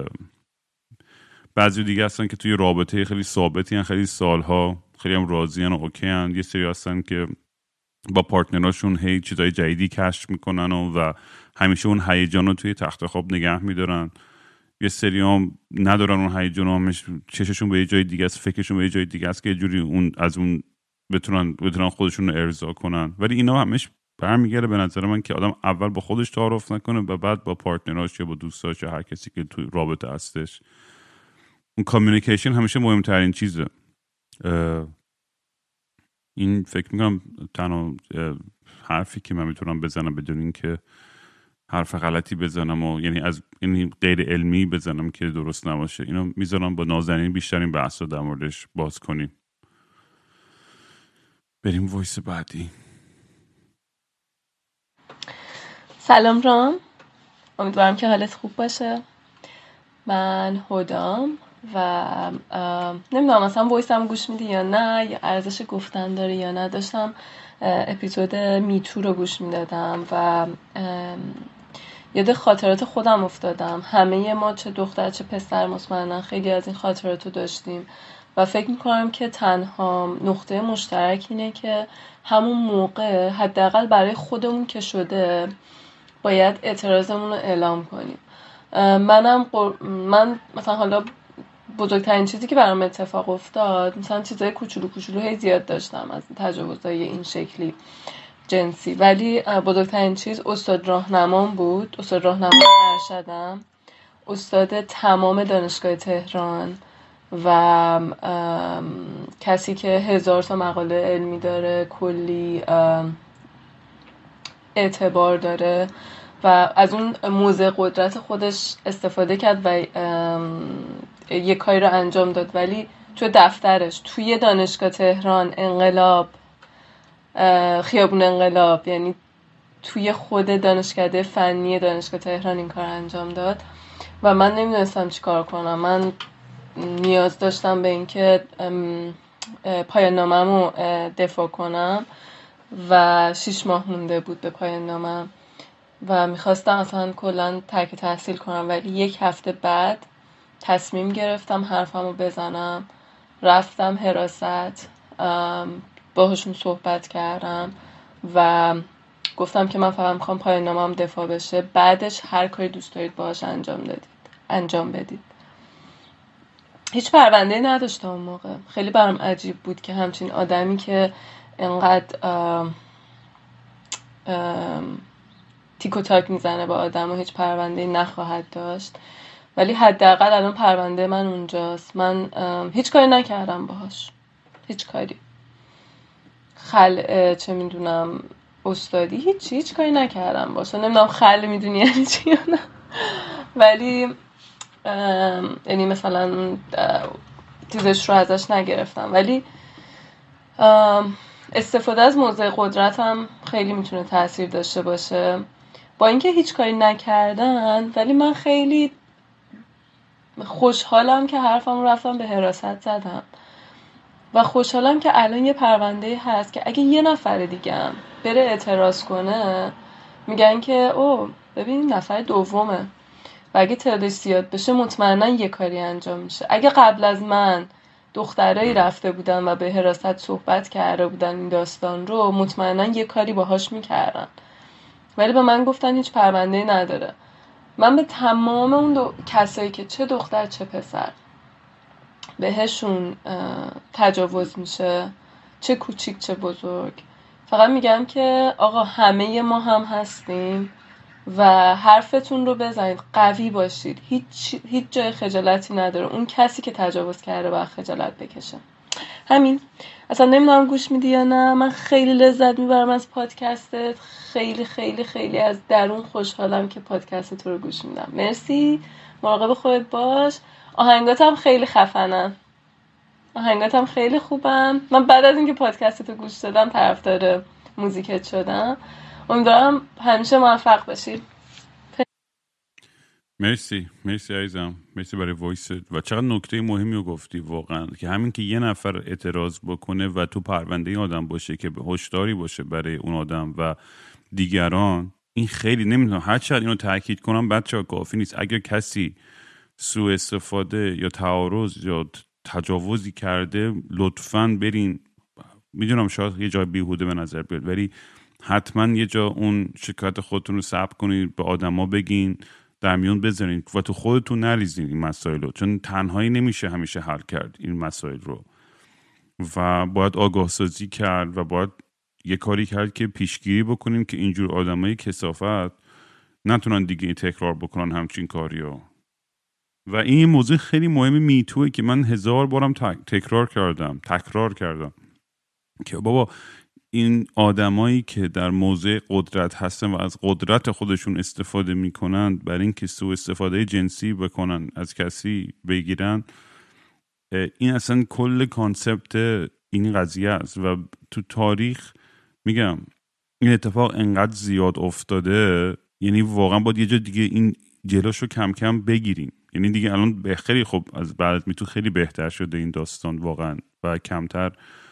بعضی دیگه هستن که توی رابطه خیلی ثابتی هستن، خیلی سالها خیلی هم راضی هستن و اوکی هستن. یه سری هستن که با پارتنراشون هی چیزای جدیدی کشف میکنن و, و همیشه اون هیجان رو توی تخت خواب نگه میدارن. یه سری هم ندارن اون هیجان، همش چششون به یه جای دیگه است، فکرشون به یه جای دیگه است که یه جوری اون از اون بتونن بتونن خودشون رو ارضا کنن. ولی اینا همش برمیگرده به نظر من که آدم اول با خودش تعارف نکنه و بعد با پارتنراش یا با دوستاش یا هر کسی که تو رابطه هستش. اون کامیونیکیشن همیشه مهمترین چیزه. این فکر میکنم تنها حرفی که من میتونم بزنم بدون این که حرف غلطی بزنم و یعنی از یعنی غیر علمی بزنم که درست نباشه، اینو میذارم با نازنین بیشترین بحث رو در موردش باز کنیم. بریم وایس بعدی. سلام رام، امیدوارم که حالت خوب باشه. من هدام و نمیدونم مثلا وایسم گوش میدی یا نه، یا ارزش گفتن داره یا نه. داشتم اپیزود میتو رو گوش میدادم و یاد خاطرات خودم افتادم. همه ما چه دختر چه پسر مطمئنا خیلی از این خاطرات رو داشتیم و فکر میکنم که تنها نقطه مشترک اینه که همون موقع حداقل برای خودمون که شده باید اعتراضمون رو اعلام کنیم. منم قر... من مثلا حالا بزرگترین چیزی که برام اتفاق افتاد، مثلا چیزای کوچولو کوچولو هی زیاد داشتم از تجاوزهای این شکلی جنسی، ولی بزرگترین چیز استاد راهنمام بود، استاد راهنمام ارشدم، استاد تمام دانشگاه تهران و کسی که هزار تا مقاله علمی داره، کلی اعتبار داره و از اون موضع قدرت خودش استفاده کرد و یک کاری رو انجام داد. ولی توی دفترش توی دانشگاه تهران انقلاب، خیابون انقلاب، یعنی توی خود دانشکده فنی دانشگاه تهران این کار انجام داد و من نمیدونستم چی کار کنم. من نیاز داشتم به این که پایان نامه‌مو دفاع کنم و شیش ماه مونده بود به پایان نامه‌م و میخواستم اصلا کلا ترک تحصیل کنم، ولی یک هفته بعد تصمیم گرفتم حرفمو بزنم. رفتم حراست، باهاشون صحبت کردم و گفتم که من فقط میخوام پایان نامه‌ام دفاع بشه، بعدش هر کاری دوست دارید باهاش انجام دادید انجام بدید. هیچ پرونده‌ای نداشتم اون موقع. خیلی برام عجیب بود که همچین آدمی که انقدر ام ام تیک و تاک میزنه با آدم و هیچ پرونده‌ای نخواهد داشت. ولی حداقل الان پرونده من اونجاست. من هیچ کاری نکردم باهاش، هیچ کاری، خل چه میدونم استادی، هیچ هیچ کاری نکردم باشه. نمیدونم خل میدونی یعنی چی یا نه، ولی یعنی مثلا چیزش رو ازش نگرفتم. ولی استفاده از موضع قدرتم خیلی میتونه تأثیر داشته باشه. با اینکه هیچ کاری نکردن، ولی من خیلی خوشحالم که حرفم رو رفتم به حراست زدم و خوشحالم که الان یه پرونده هست که اگه یه نفر دیگه هم بره اعتراض کنه میگن که او ببین نفر دومه و اگه تعدادش زیاد بشه مطمئنا یه کاری انجام میشه. اگه قبل از من دخترایی رفته بودن و به حراست صحبت کرده بودن این داستان رو، مطمئنا یه کاری باهاش میکردن، ولی به من گفتن هیچ پرونده‌ای نداره. من به تمام اون دو... کسایی که چه دختر چه پسر بهشون تجاوز میشه، چه کوچیک چه بزرگ، فقط میگم که آقا همه ما هم هستیم و حرفتون رو بزنید، قوی باشید، هیچ هیچ جای خجالتی نداره. اون کسی که تجاوز کرده باید خجالت بکشه. همین. اصلا نمیدونم گوش میدی یا نه. من خیلی لذت میبرم از پادکستت، خیلی خیلی خیلی از درون خوشحالم که پادکست تو رو گوش میدم. مرسی، مراقب خودت باش. آهنگاتم خیلی خفنن، آهنگاتم خیلی خوبن. من بعد از اینکه پادکست تو گوش دادم طرفدار موزیکت شدم. امیدوارم همیشه موفق باشی. مرسی مرسی عزیزم، مرسی برای وایست و چقدر نکته مهمی رو گفتی واقعا، که همین که یه نفر اعتراض بکنه و تو پرونده این آدم باشه که هشداری باشه برای اون آدم و دیگران، این خیلی نمیدونم هر چقدر اینو تاکید کنم بچه‌ها کافی نیست. اگر کسی سوء استفاده یا تعارض یا تجاوزی کرده لطفاً برین، میدونم شاید یه جای بیهوده به نظر بیاد ولی حتما یه جا اون شکایت خودتون رو ثبت کنید، به آدما بگین، در میون بذارین و تو خودتون نریزین این مسائل رو، چون تنهایی نمیشه همیشه حل کرد این مسائل رو. و باید آگاه سازی کرد و باید یه کاری کرد که پیشگیری بکنیم که اینجور آدمای کثافت نتونن دیگه تکرار بکنن همچین کاریو. و این موضوع خیلی مهمی میتوه که من هزار بارم تکرار کردم تکرار کردم که بابا این آدمایی که در موضع قدرت هستن و از قدرت خودشون استفاده میکنن برای اینکه سوء استفاده جنسی بکنن از کسی بگیرن، این اصلا کل کانسپت این قضیه است و تو تاریخ میگم این اتفاق انقدر زیاد افتاده، یعنی واقعا باید یه جا دیگه این جلوشو کم کم بگیریم. یعنی دیگه الان به خیلی خوب از بعد میتو خیلی بهتر شده این داستان واقعا و کمتر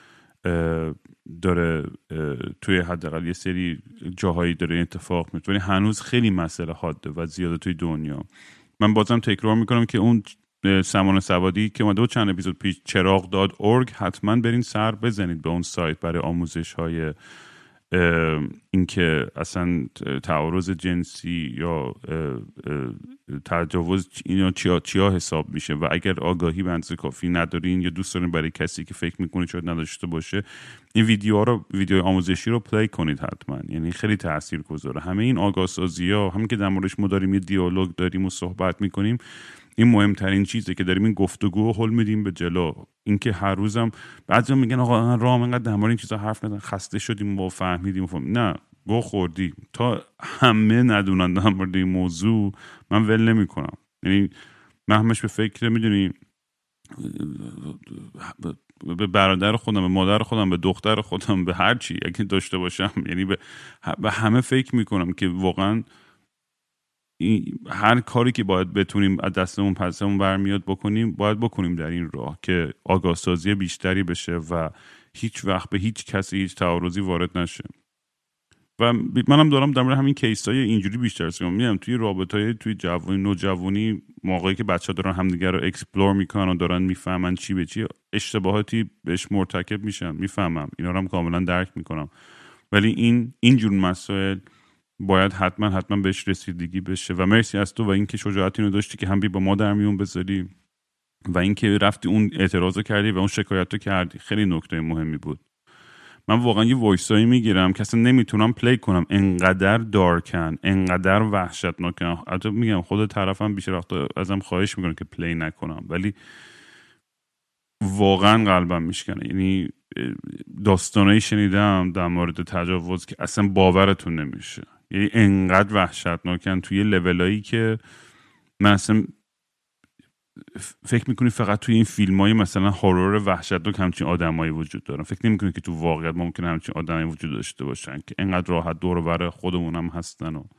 داره توی حداقل یه سری جاهایی داره اتفاق میفته، ولی هنوز خیلی مسئله حاده و زیاده توی دنیا. من بازم تکرار میکنم که اون سمان سوادی که اومده چند اپیزود پیش چراغ دات اورگ حتما برین سر بزنید به اون سایت برای آموزش های این که اصلا تعارض جنسی یا تجاوز اینا چیا چیا حساب میشه و اگر آگاهی به اندازه کافی ندارین یا دوست دارین برای کسی که فکر میکنید شاید نداشته باشه این ویدیوها رو ویدیو آموزشی رو پلی کنید حتما. یعنی خیلی تاثیرگذاره. همه این آگاه سازی‌ها همین که در موردش ما داریم یه دیالوگ داریم و صحبت میکنیم، این مهمترین چیزه که داریم این گفتگو حل میدیم به جلو. اینکه هر روزم بعضیا میگن آقا رام انقدر در مورد این چیزا حرف نزن، خسته شدیم و فهمیدیم. نه گو خوردی تا همه ندونن در مورد این موضوع من ول نمیکنم. یعنی من همش به فکر میدونی به برادر خودم، به مادر خودم، به دختر خودم، به هر چی اگه داشته باشم، یعنی به, به همه فکر میکنم که واقعا هر کاری که باید بتونیم از دستمون پسمون برمیاد بکنیم باید بکنیم در این راه که آگاه سازی بیشتری بشه و هیچ وقت به هیچ کسی هیچ تعارضی وارد نشه. و منم دارم در مورد همین کیسای اینجوری بیشتر سوام میام توی رابطه‌های توی جوانی نوجوانی موقعی که بچه‌ها دارن همدیگه رو اکسپلور میکنن و دارن میفهمن چی به چی، اشتباهاتی بهش مرتکب میشن، میفهمم اینا رو هم کاملا درک میکنم، ولی این اینجور مسائل باید حتما حتما بهش رسیدگی بشه. و مرسی از تو و اینکه شجاعت اینو داشتی که هم بی با ما در میون بذاری و اینکه رفتی اون اعتراضو کردی و اون شکایتو کردی. خیلی نکته مهمی بود. من واقعا یه وایسایی میگیرم که اصلا نمیتونم پلی کنم، انقدر دارکن، انقدر وحشتناکن. البته میگم خود طرفم بیشتر وقتا ازم خواهش میکنه که پلی نکنم، ولی واقعا قلبم میشکنه. یعنی داستانایی شنیدم در مورد تجاوز که اصلا باورتون نمیشه. یعنی انقدر وحشتناکن توی لولایی که من اصلا فکر میکنی فقط توی این فیلمای مثلا هورر وحشتناک همچین آدمایی وجود دارن. فکر نمیکنی که تو واقعیت ممکنه همچین آدمایی وجود داشته باشن که انقدر راحت دور و بر خودمون هم هستن. و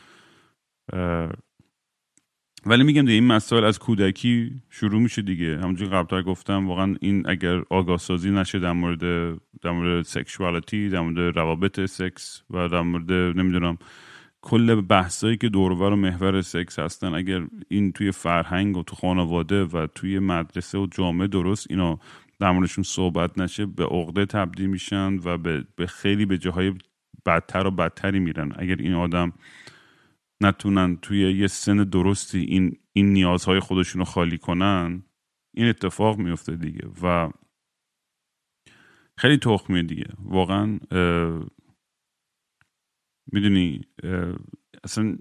ولی میگم دیگه این مسائل از کودکی شروع میشه دیگه. همونجوری قبلتر گفتم واقعا این اگر آگاه سازی نشه در مورد در مورد سکشوالتی، در مورد روابط سکس و در مورد نمیدونم کل بحثایی که دور و بر و محور سکس هستن، اگر این توی فرهنگ و تو خانواده و توی مدرسه و جامعه درست اینا در موردشون صحبت نشه، به عقده تبدیل میشن و به, به خیلی به جاهای بدتر و بدتری میرن. اگر این آدم نتونن توی یه سن درستی این این نیازهای خودشون رو خالی کنن، این اتفاق میفته دیگه و خیلی تخمیه دیگه واقعا. میدونی اصلا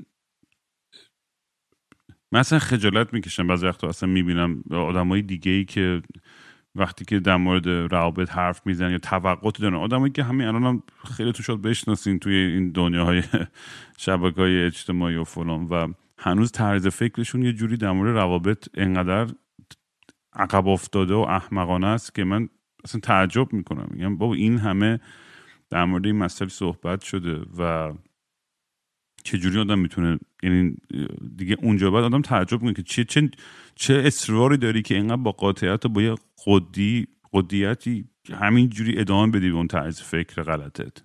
من اصلا خجالت میکشم بعضی وقتا اصلا میبینم آدمای دیگه‌ای که وقتی که در مورد روابط حرف میزنن یا توقعاتی دارن، آدمایی که همین الان هم خیلی تو شاید بشناسین توی این دنیاهای شبکه‌های اجتماعی و فلان، و هنوز طرز فکرشون یه جوری در مورد روابط انقدر عقب افتاده و احمقانه است که من اصلا تعجب میکنم. میگم بابا این همه در مورد این مسئله صحبت شده و چجوری آدم میتونه، یعنی دیگه اونجا بعد آدم تعجب میکنه که چه چه چه اصراری داری که اینقدر با قاطعیت و با یه قدی قدیتی همین جوری ادامه بدی به اون طرز فکر غلطت.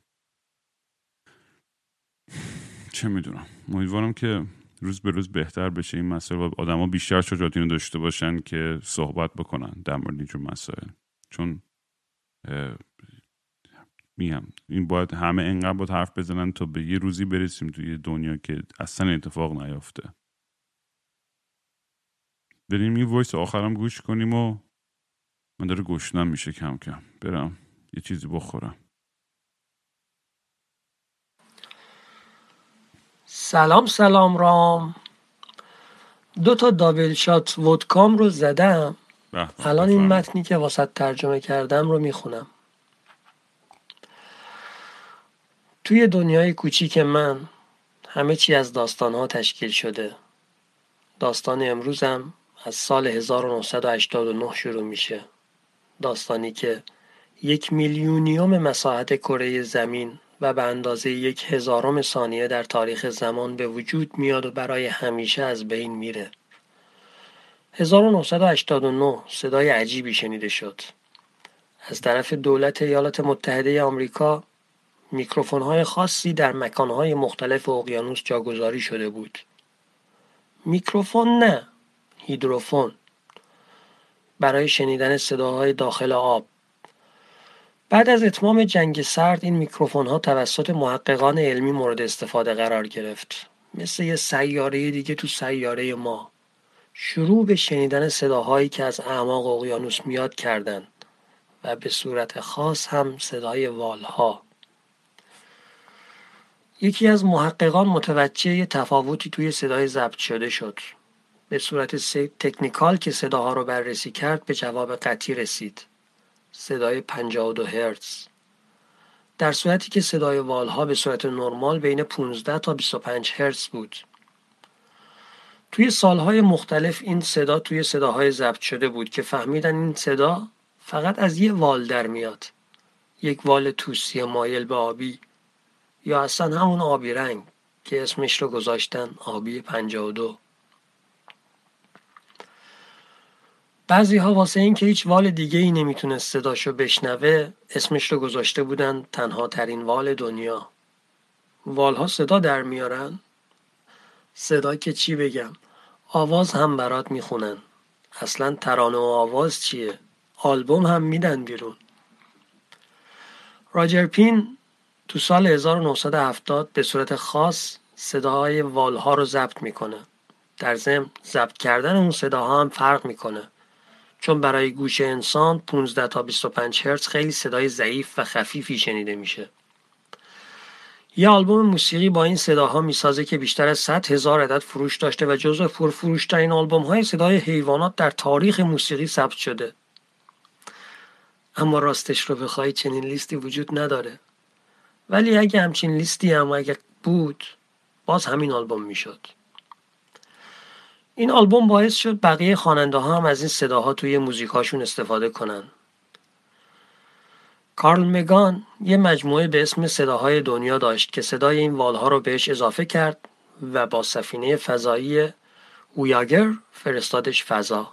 چه میدونم، امیدوارم که روز به روز بهتر بشه این مسئله و آدما بیشتر شجاعت اینو داشته باشن که صحبت بکنن در مورد اینجور مسائل، چون میگم این باید همه انقدر باید حرف بزنن تا به یه روزی برسیم توی دنیا که اصلا اتفاق نیافته. بریم این وایس آخرم گوش کنیم و من داره گشنم میشه کم کم. برم یه چیزی بخورم. سلام سلام رام. دو تا دابل شات ودکام رو زدم. الان این متنی که واسه ترجمه کردم رو میخونم. توی دنیای کوچیک من همه چی از داستان‌ها تشکیل شده. داستان امروزم از سال هزار و نهصد و هشتاد و نه شروع میشه. داستانی که یک میلیونیوم مساحت کره زمین و به اندازه یک هزارم ثانیه در تاریخ زمان به وجود میاد و برای همیشه از بین میره. هزار و نهصد و هشتاد و نه صدای عجیبی شنیده شد. از طرف دولت ایالات متحده آمریکا میکروفون‌های خاصی در مکان‌های مختلف اقیانوس جاگذاری شده بود. میکروفون نه، هیدروفون، برای شنیدن صداهای داخل آب. بعد از اتمام جنگ سرد این میکروفون‌ها توسط محققان علمی مورد استفاده قرار گرفت. مثل یه سیاره دیگه تو سیاره ما شروع به شنیدن صداهایی که از اعماق اقیانوس میاد کردن و به صورت خاص هم صدای والها. یکی از محققان متوجه یه تفاوتی توی صدای ضبط شده شد. به صورت تکنیکال که صداها رو بررسی کرد به جواب قطعی رسید. صدای پنجاه و دو هرتز. در صورتی که صدای والها به صورت نرمال بین پانزده تا بیست و پنج هرتز بود. توی سالهای مختلف این صدا توی صداهای ضبط شده بود که فهمیدن این صدا فقط از یه وال در میاد. یک وال توسی مایل به آبی یا اصلا همون آبی رنگ که اسمش رو گذاشتن آبی پنجاه و دو. بعضی ها واسه این که هیچ وال دیگه ای نمیتونست صداشو بشنوه اسمش رو گذاشته بودن تنها ترین وال دنیا. والها صدا در میارن؟ صدا که چی بگم، آواز هم برات میخونن. اصلا ترانه و آواز چیه؟ آلبوم هم میدن بیرون. راجر پین تو سال هزار و نهصد و هفتاد به صورت خاص صداهای والها رو ضبط میکنه. در ضمن ضبط کردن اون صداها هم فرق میکنه. چون برای گوش انسان پانزده تا بیست و پنج هرتز خیلی صدای ضعیف و خفیفی شنیده میشه. یه آلبوم موسیقی با این صداها میسازه که بیشتر از صد هزار عدد فروش داشته و جزو پرفروش‌ترین آلبوم‌های صدای حیوانات در تاریخ موسیقی ثبت شده. اما راستش رو بخوای چنین لیستی وجود نداره. ولی اگه همچین لیستی هم اگه بود باز همین آلبوم میشد. این آلبوم باعث شد بقیه خواننده ها هم از این صداها توی موزیکاشون استفاده کنن. کارل مگان یه مجموعه به اسم صداهای دنیا داشت که صدای این والها رو بهش اضافه کرد و با سفینه فضایی اویاگر فرستادش فضا.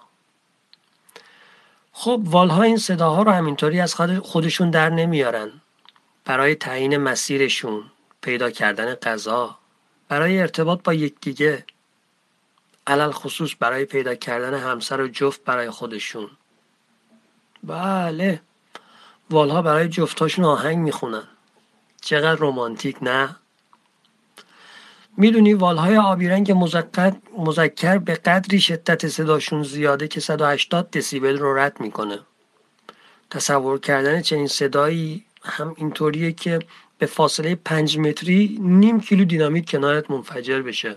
خب والها این صداها رو همینطوری از خودشون در نمیارن. برای تعیین مسیرشون، پیدا کردن غذا، برای ارتباط با یکدیگه، علل خصوص برای پیدا کردن همسر و جفت برای خودشون. بله، والها برای جفتاشون آهنگ میخونن. چقدر رمانتیک نه؟ میدونی والهای آبی رنگ مذکر به قدری شدت صداشون زیاده که صد و هشتاد دسیبل رو رد میکنه. تصور کردن چنین صدایی هم اینطوریه که به فاصله پنج متری نیم کیلو دینامیت کنارت منفجر بشه.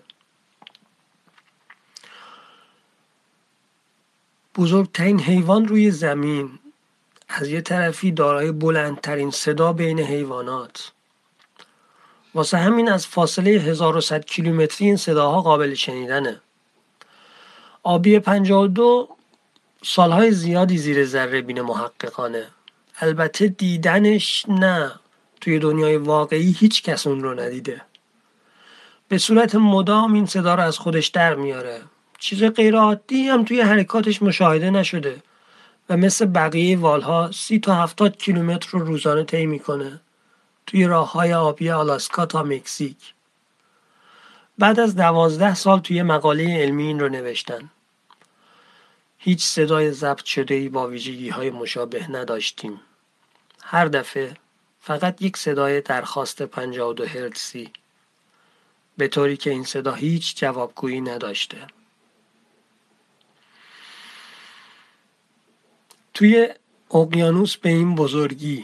بزرگترین حیوان روی زمین از یه طرفی دارای بلندترین صدا بین حیوانات. واسه همین از فاصله هزار و صد کیلومتری این صداها قابل شنیدنه. آبی پنجاه و دو سالهای زیادی زیر ذره بین محققانه. البته دیدنش نه، توی دنیای واقعی هیچ کس اون رو ندیده. به صورت مدام این صدا رو از خودش در میاره. چیز غیر عادی هم توی حرکاتش مشاهده نشده و مثل بقیه والها سی تا هفتاد کیلومتر رو روزانه طی میکنه توی راههای آبی آلاسکا تا مکزیک. بعد از دوازده سال توی مقاله علمی این رو نوشتن. هیچ صدای ضبط شده‌ای با ویژگی‌های مشابه نداشتیم. هر دفعه فقط یک صدای درخواست پنجاه و دو هرتزی، به طوری که این صدا هیچ جوابگویی نداشته. توی اقیانوس به این بزرگی،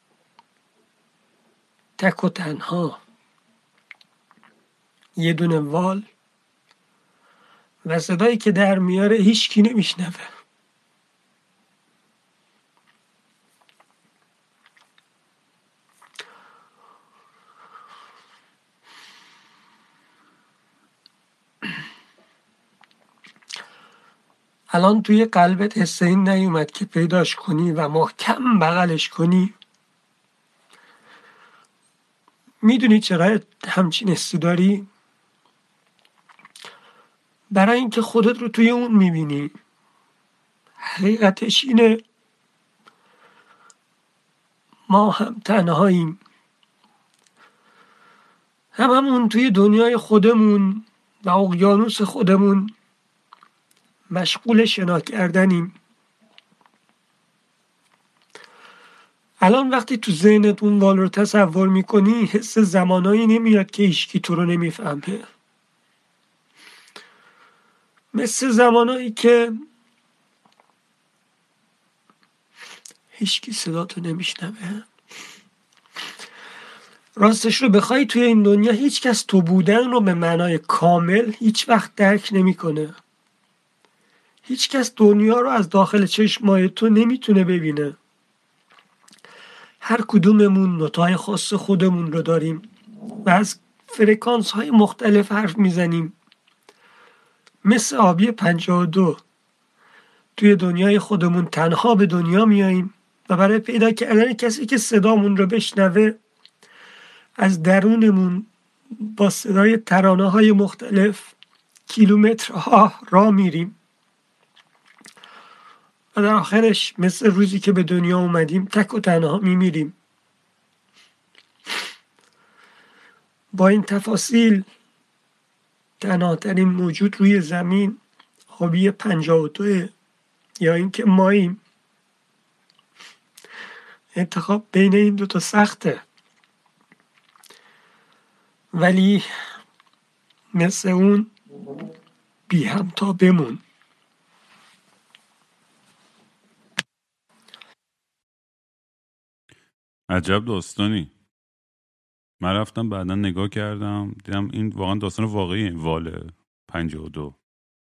تک و تنها، یه دونه وال و صدایی که در میاره هیچ کی نمیشنوه. الان توی قلبت حس این نیومد که پیداش کنی و محکم بغلش کنی؟ میدونی چرا همچین حسی داری؟ برای اینکه خودت رو توی اون میبینی. حقیقتش اینه ما هم تنهاییم، هم همون توی دنیای خودمون و اقیانوس خودمون مشغول شنا کردنیم. الان وقتی تو ذهنت اون وال رو تصور میکنی حس زمانایی نمیاد که هیچکی تو رو نمیفهمه، مثل زمانایی که هیچکی صدا تو نمیشنوه. راستش رو بخوای توی این دنیا هیچ کس تو بودن رو به معنای کامل هیچ وقت درک نمیکنه. هیچ کس دنیا رو از داخل چشمای تو نمیتونه ببینه. هر کدوممون نوت‌های خاص خودمون رو داریم و از فرکانس های مختلف حرف میزنیم. مثل آبی پنجاه و دو توی دنیای خودمون تنها به دنیا میاییم و برای پیدا کردن کسی که صدامون رو بشنوه از درونمون با صدای ترانه های مختلف کیلومترها راه میریم و در آخرش مثل روزی که به دنیا اومدیم تک و تنها میمیریم. با این تفاصیل تنها ترین موجود روی زمین آبی پنجاه و دوه یا اینکه ماییم. انتخاب بین این دوتا سخته، ولی مثل اون بی همتا بمون. عجب داستانی. من رفتم بعدا نگاه کردم دیدم این واقعا داستان واقعی این وال پنجاه و دو.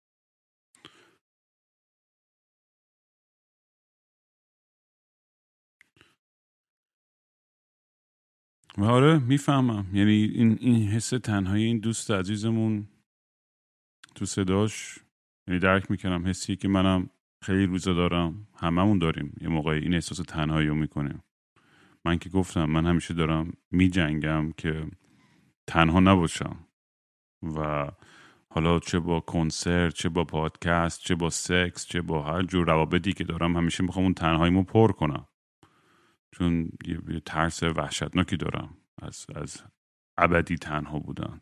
و آره میفهمم، یعنی این این حس تنهایی این دوست عزیزمون تو صداش، یعنی درک میکنم حسی که منم خیلی روزا دارم، هممون داریم یه موقعی این احساس تنهایی رو میکنیم. من که گفتم من همیشه دارم می جنگم که تنها نباشم و حالا چه با کنسرت، چه با پادکست، چه با سکس، چه با هر جور روابطی که دارم همیشه میخوام اون تنهاییمو پر کنم، چون یه, یه ترس وحشتناکی دارم از از ابدی تنها بودن.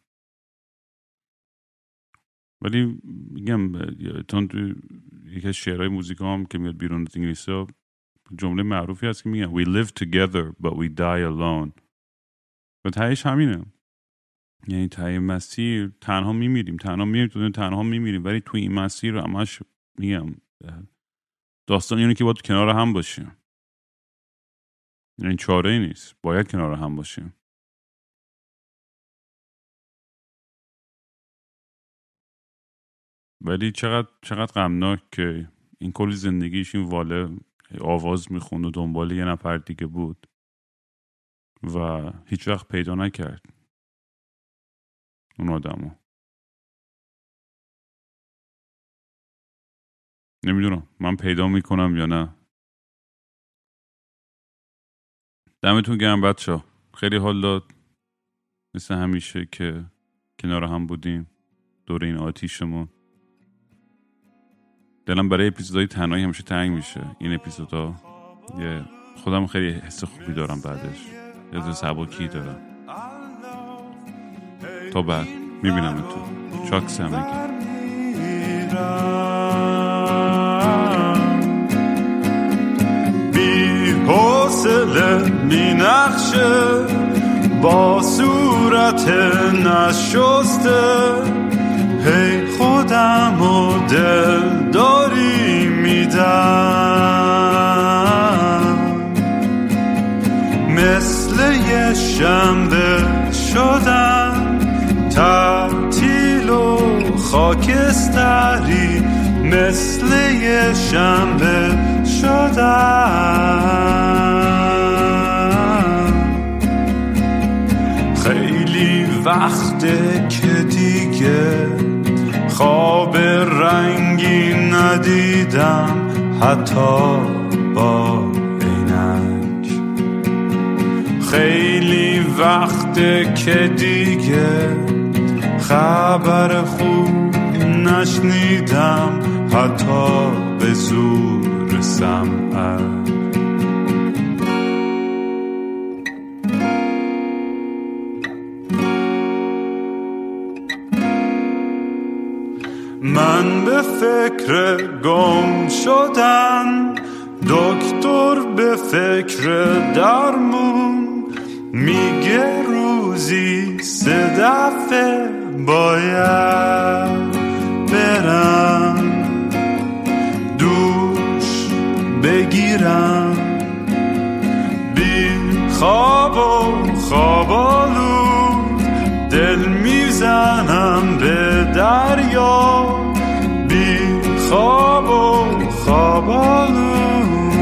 ولی میگم تون تو یکی از شعرهای موزیکام که میاد بیرون از انگلیسی جمله معروفی هست که میگن we live together but we die alone. و تهیش همینه، یعنی تهی مسیر تنها میمیریم، تنها میمیریم، تنها میمیریم، ولی توی این مسیر همش میگم داستان اینه که باید کنار هم باشیم، یعنی چاره ای نیست، باید کنار هم باشیم. ولی چقدر چقدر غمناک که این کلی زندگیش این واله آواز میخوند و دنبال یه نفر دیگه بود و هیچ وقت پیدا نکرد اون آدمو. نمیدونم من پیدا میکنم یا نه. دمتون گرم بچه‌ها، خیلی حال داد مثل همیشه که کنار هم بودیم دور این آتیشمون. دلم برای اپیزودهای تنهایی همیشه تنگ میشه. این اپیزودا یه خودم خیلی حس خوبی دارم بعدش، یه حس سبکی دارم. تا بعد میبینم تو چاکس همگی. بی حوصله می نخشه با صورت نشسته، هی خودم و دل داری میدم. مثل یه شنبه شدم. خیلی وقته که دیگه خواب رنگی ندیدم، حتی با عینک. خیلی وقته که دیگه خبر خوب نشنیدم، حتی به زور سمعک. من به فکر گم شدن، دکتر به فکر درمون، میگه روزی سه دفعه باید برم دوش بگیرم. بی خواب و خواب آلود دل میزنم به دریا، بی خواب و خواب آلود.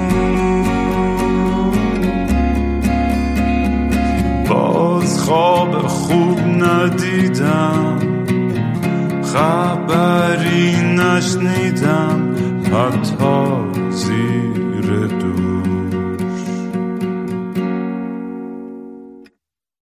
باز خواب خوب ندیدم، خبری نشنیدم، حتی زیر دود.